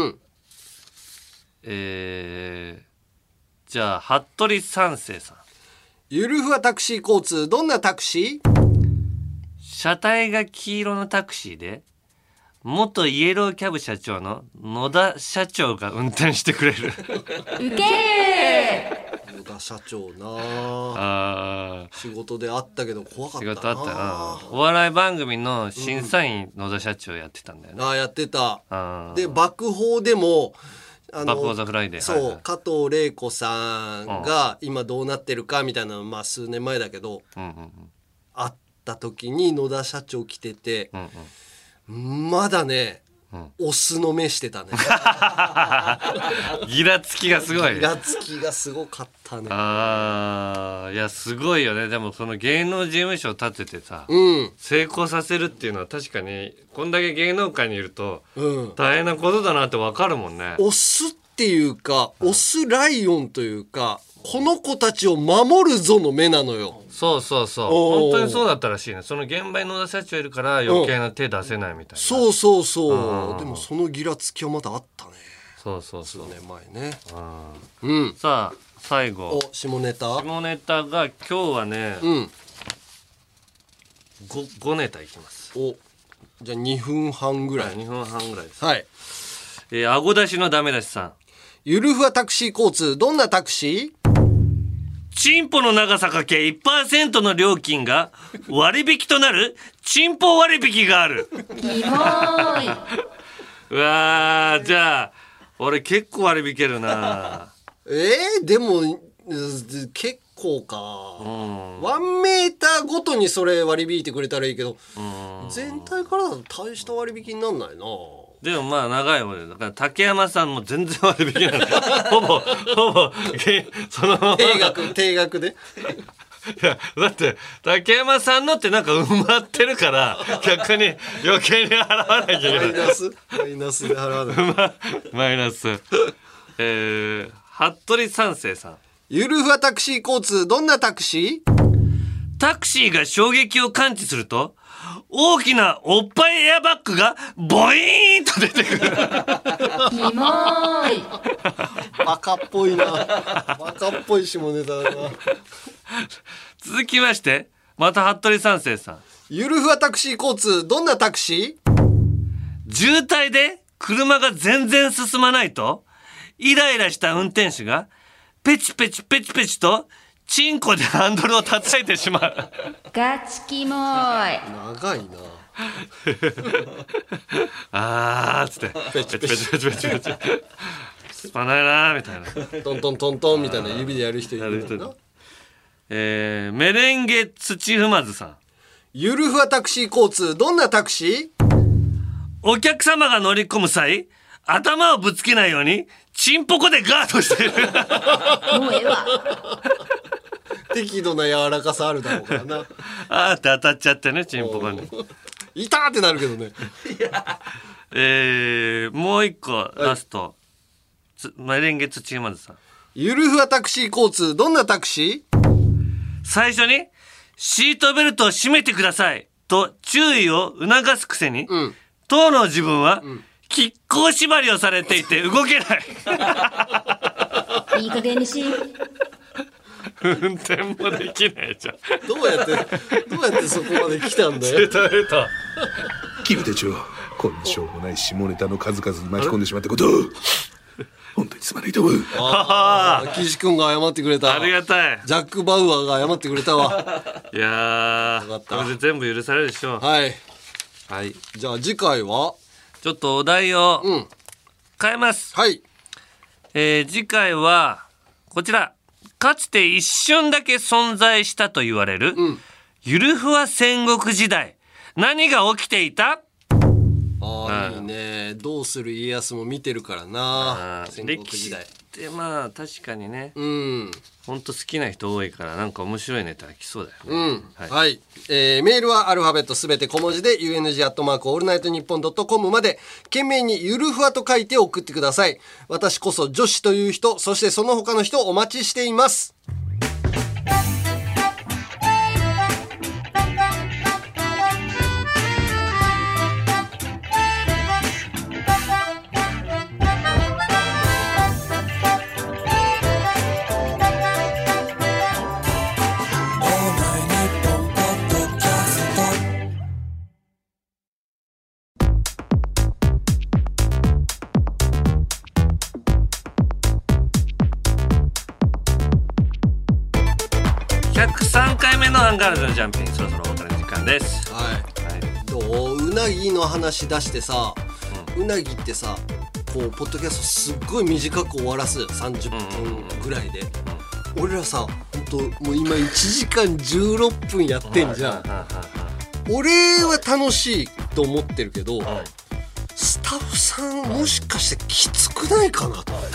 A: じゃあ服部三世さん。
B: ゆるふわタクシー交通、どんなタクシー？
A: 車体が黄色のタクシーで元イエローキャブ社長の野田社長が運転してくれる。
J: ウケる。
B: 野田社長な。仕事であったけど怖かったな。
A: 仕事あったな。お笑い番組の審査員、野田社長やってたんだよね。
B: やってた。で爆砲でも
A: 爆砲ザフライデー。
B: そう、加藤玲子さんが今どうなってるかみたいなの、まあ数年前だけど、会った時に野田社長来てて、まだね、オスの目してたね。
A: ギラつきがすごい。
B: ギラつきがすごかったね。
A: いやすごいよね。でもその芸能事務所を立ててさ、成功させるっていうのは確かにこんだけ芸能界にいると大変なことだなって分かるもんね。
B: オスっていうかオスライオンというか、この子たちを守るぞの目なのよ。
A: そうそうそう、本当にそうだったらしいね。その現場に野田社長いるから余計な手出せないみたいな。
B: そうそうそう。でもそのギラつきはまだあったね。
A: そうそうそう。
B: 数年前ね。
A: さあ最後
B: 下ネタ
A: が今日はね、5ネタいきます。
B: じゃあ2分半ぐらい。
A: 2分半ぐらいです。
B: はい。
A: あご出しのダメ出しさん。
B: ゆるふわタクシー交通、どんなタクシー？
A: チンポの長さかけ 1% の料金が割引となるチンポ割引がある。
J: キモーい。
B: う
A: わー、じゃあ俺結構割り引けるな。
B: でも結構か、1メーターごとにそれ割り引いてくれたらいいけど、全体からだと大した割引になんないな。
A: でもまあ長い方でだから竹山さんも全然割引なんだ。ほぼその
B: 定額で。
A: いやだって竹山さんのってなんか埋まってるから逆に余計に払わなきゃいけない。
B: マイナスで払わない。
A: マイナス。服部三世さん。
B: ゆるふわタクシー交通、どんなタクシー？
A: タクシーが衝撃を感知すると大きなおっぱいエアバッグがボイーンと出てくる。
J: キモーい。
B: バカっぽいな。バカっぽい下ネタだな。
A: 続きましてまた服部三世さん。
B: ゆるふわタクシー交通、どんなタクシー？
A: 渋滞で車が全然進まないとイライラした運転手がペチペチペチペチとチンコでハンドルを叩いてしまう。
J: ガチキモーい。
B: 長いな。
A: あーっつってペチペチペチペチペチ進まないなみたいな。
B: トントントントンみたいな指でやる人いるな。
A: メレンゲ土踏まずさん。
B: ゆるふわタクシー交通、どんなタクシー？
A: お客様が乗り込む際頭をぶつけないようにチンポコでガードしてる。
J: もうええわ。
B: 適度な柔らかさあるだろうからな。
A: あーって当たっちゃってね、チンポコに。
B: いたーってなるけどね。
A: もう一個ラスト、メレンゲ土山さん。
B: ゆるふわタクシー交通、どんなタクシー？
A: 最初にシートベルトを締めてくださいと注意を促すくせに、当の自分は亀甲縛りをされていて動けない。
J: いい加減にし。
A: 運転もできないじゃん。
B: どうやってそこまで来たんだよ。
K: 君たちはこんなしょうもない下ネタの数々に巻き込んでしまったことを本当にすまないと思う。
B: 岸君が謝ってくれた。
A: ありがたい。
B: ジャック・バウアーが謝ってくれたわ。
A: いやー、これで全部許されるでしょう。
B: はい。
A: はい。
B: じゃあ次回は
A: ちょっとお題を変えます。
B: はい。
A: 次回はこちら。かつて一瞬だけ存在したと言われる、ゆるふわ戦国時代。何が起きていた？
B: いいね。どうする家康も見てるからな。戦国時代
A: で、まあ確かにね、本当好きな人多いからなんか面白いネタ来そうだよね。
B: はい、メールはアルファベットすべて小文字で UNG@allnightnippon.com まで懸命にゆるふわと書いて送ってください。私こそ女子という人、そしてその他の人お待ちしています。
A: 103回目のアンガールズのジャンピン、そろそろお別れの時間です。
B: はい。どう？うなぎの話出してさ、うなぎってさ、こうポッドキャストすっごい短く終わらす30分ぐらいで、俺らさ、本当もう今1時間16分やってんじゃん。俺は楽しいと思ってるけど、スタッフさんもしかしてきつくないかなと思って。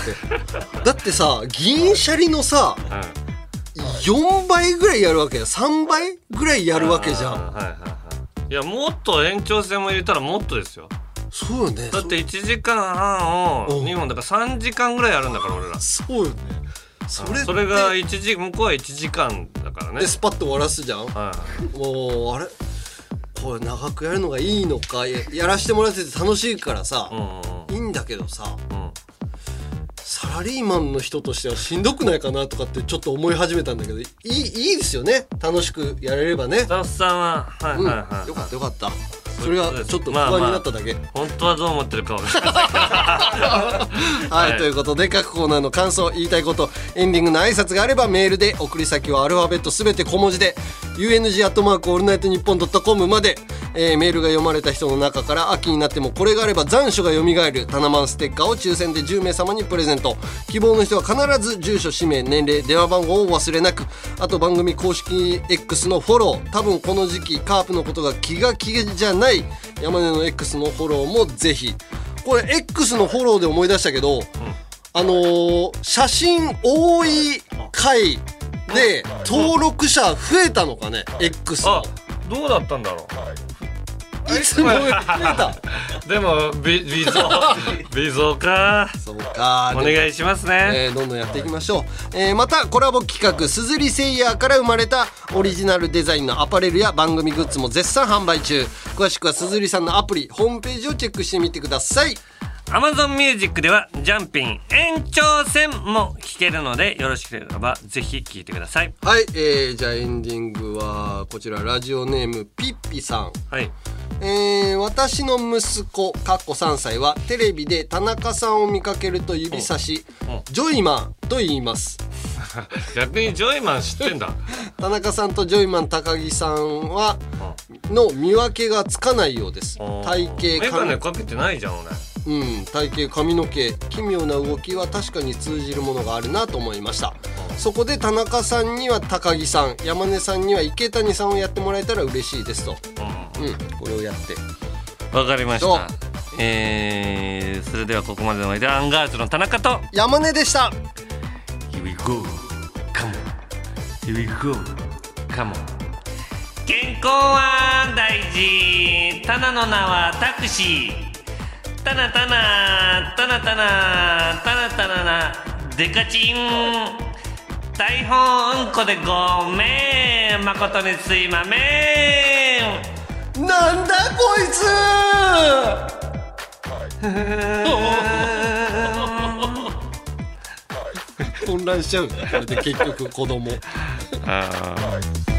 B: だってさ、銀シャリのさ、4倍ぐらいやるわけや。3倍ぐらいやるわけじゃん。
A: いや、もっと延長戦も入れたらもっとですよ。
B: そうよね。
A: だって1時間半を2本だから3時間ぐらいやるんだから俺ら。
B: そうよね。それ
A: が向こうは1時間だからね。
B: でスパッと終わらすじゃん。もうあれこれ長くやるのがいいのか、やらしてもらってて楽しいからさ、いいんだけどさ、サラリーマンの人としてはしんどくないかなとかってちょっと思い始めたんだけど、いいですよね。楽しくやれればね。
A: スタッフさんは
B: よかったよかった。それがちょっと不安になっただけ。
A: 本当はどう思ってるか分からない。
B: はい、ということで各コーナーの感想、言いたいこと、エンディングの挨拶があればメールで、送り先はアルファベットすべて小文字で UNG@allnightnippon.com まで、メールが読まれた人の中から秋になってもこれがあれば残暑が蘇るタナマンステッカーを抽選で10名様にプレゼント。希望の人は必ず住所、氏名、年齢、電話番号をお忘れなく。あと番組公式 X のフォロー、多分この時期カープのことが気が気じゃない山根の X のフォローもぜひ。これ X のフォローで思い出したけど、写真多い回で登録者増えたのかね、X の。
A: どうだったんだろう。
B: いつも増えた。
A: でも微増か。
B: そうか。
A: お願いしますね。
B: どんどんやっていきましょう。またコラボ企画すずりセイヤーから生まれたオリジナルデザインのアパレルや番組グッズも絶賛販売中。詳しくはすずりさんのアプリホームページをチェックしてみてください。
A: Amazon Music ではジャンピン延長戦も聴けるので、よろしければぜひ聴いてください。
B: はい、じゃあエンディングはこちら、ラジオネームピッピさん。
A: はい。
B: 私の息子3歳はテレビで田中さんを見かけると指差し、ジョイマンと言います。
A: 逆にジョイマン知ってんだ。
B: 田中さんとジョイマン高木さんはの見分けがつかないようです。体型、
A: メガネかけてないじゃん俺。
B: 体型、髪の毛、奇妙な動きは確かに通じるものがあるなと思いました。そこで田中さんには高木さん、山根さんには池谷さんをやってもらえたら嬉しいですと。これをやって。
A: わかりました。 それではここまでの間アンガールズの田中と
B: 山根でした。
A: Here we go come on Here we go come on 健康は大事、タナの名はタクシー、タナタナタナタナタナタナなデカチン、台本うんこでごめん、誠にすいまめん。
B: なんだこいつ混乱しちゃう。これで結局子供。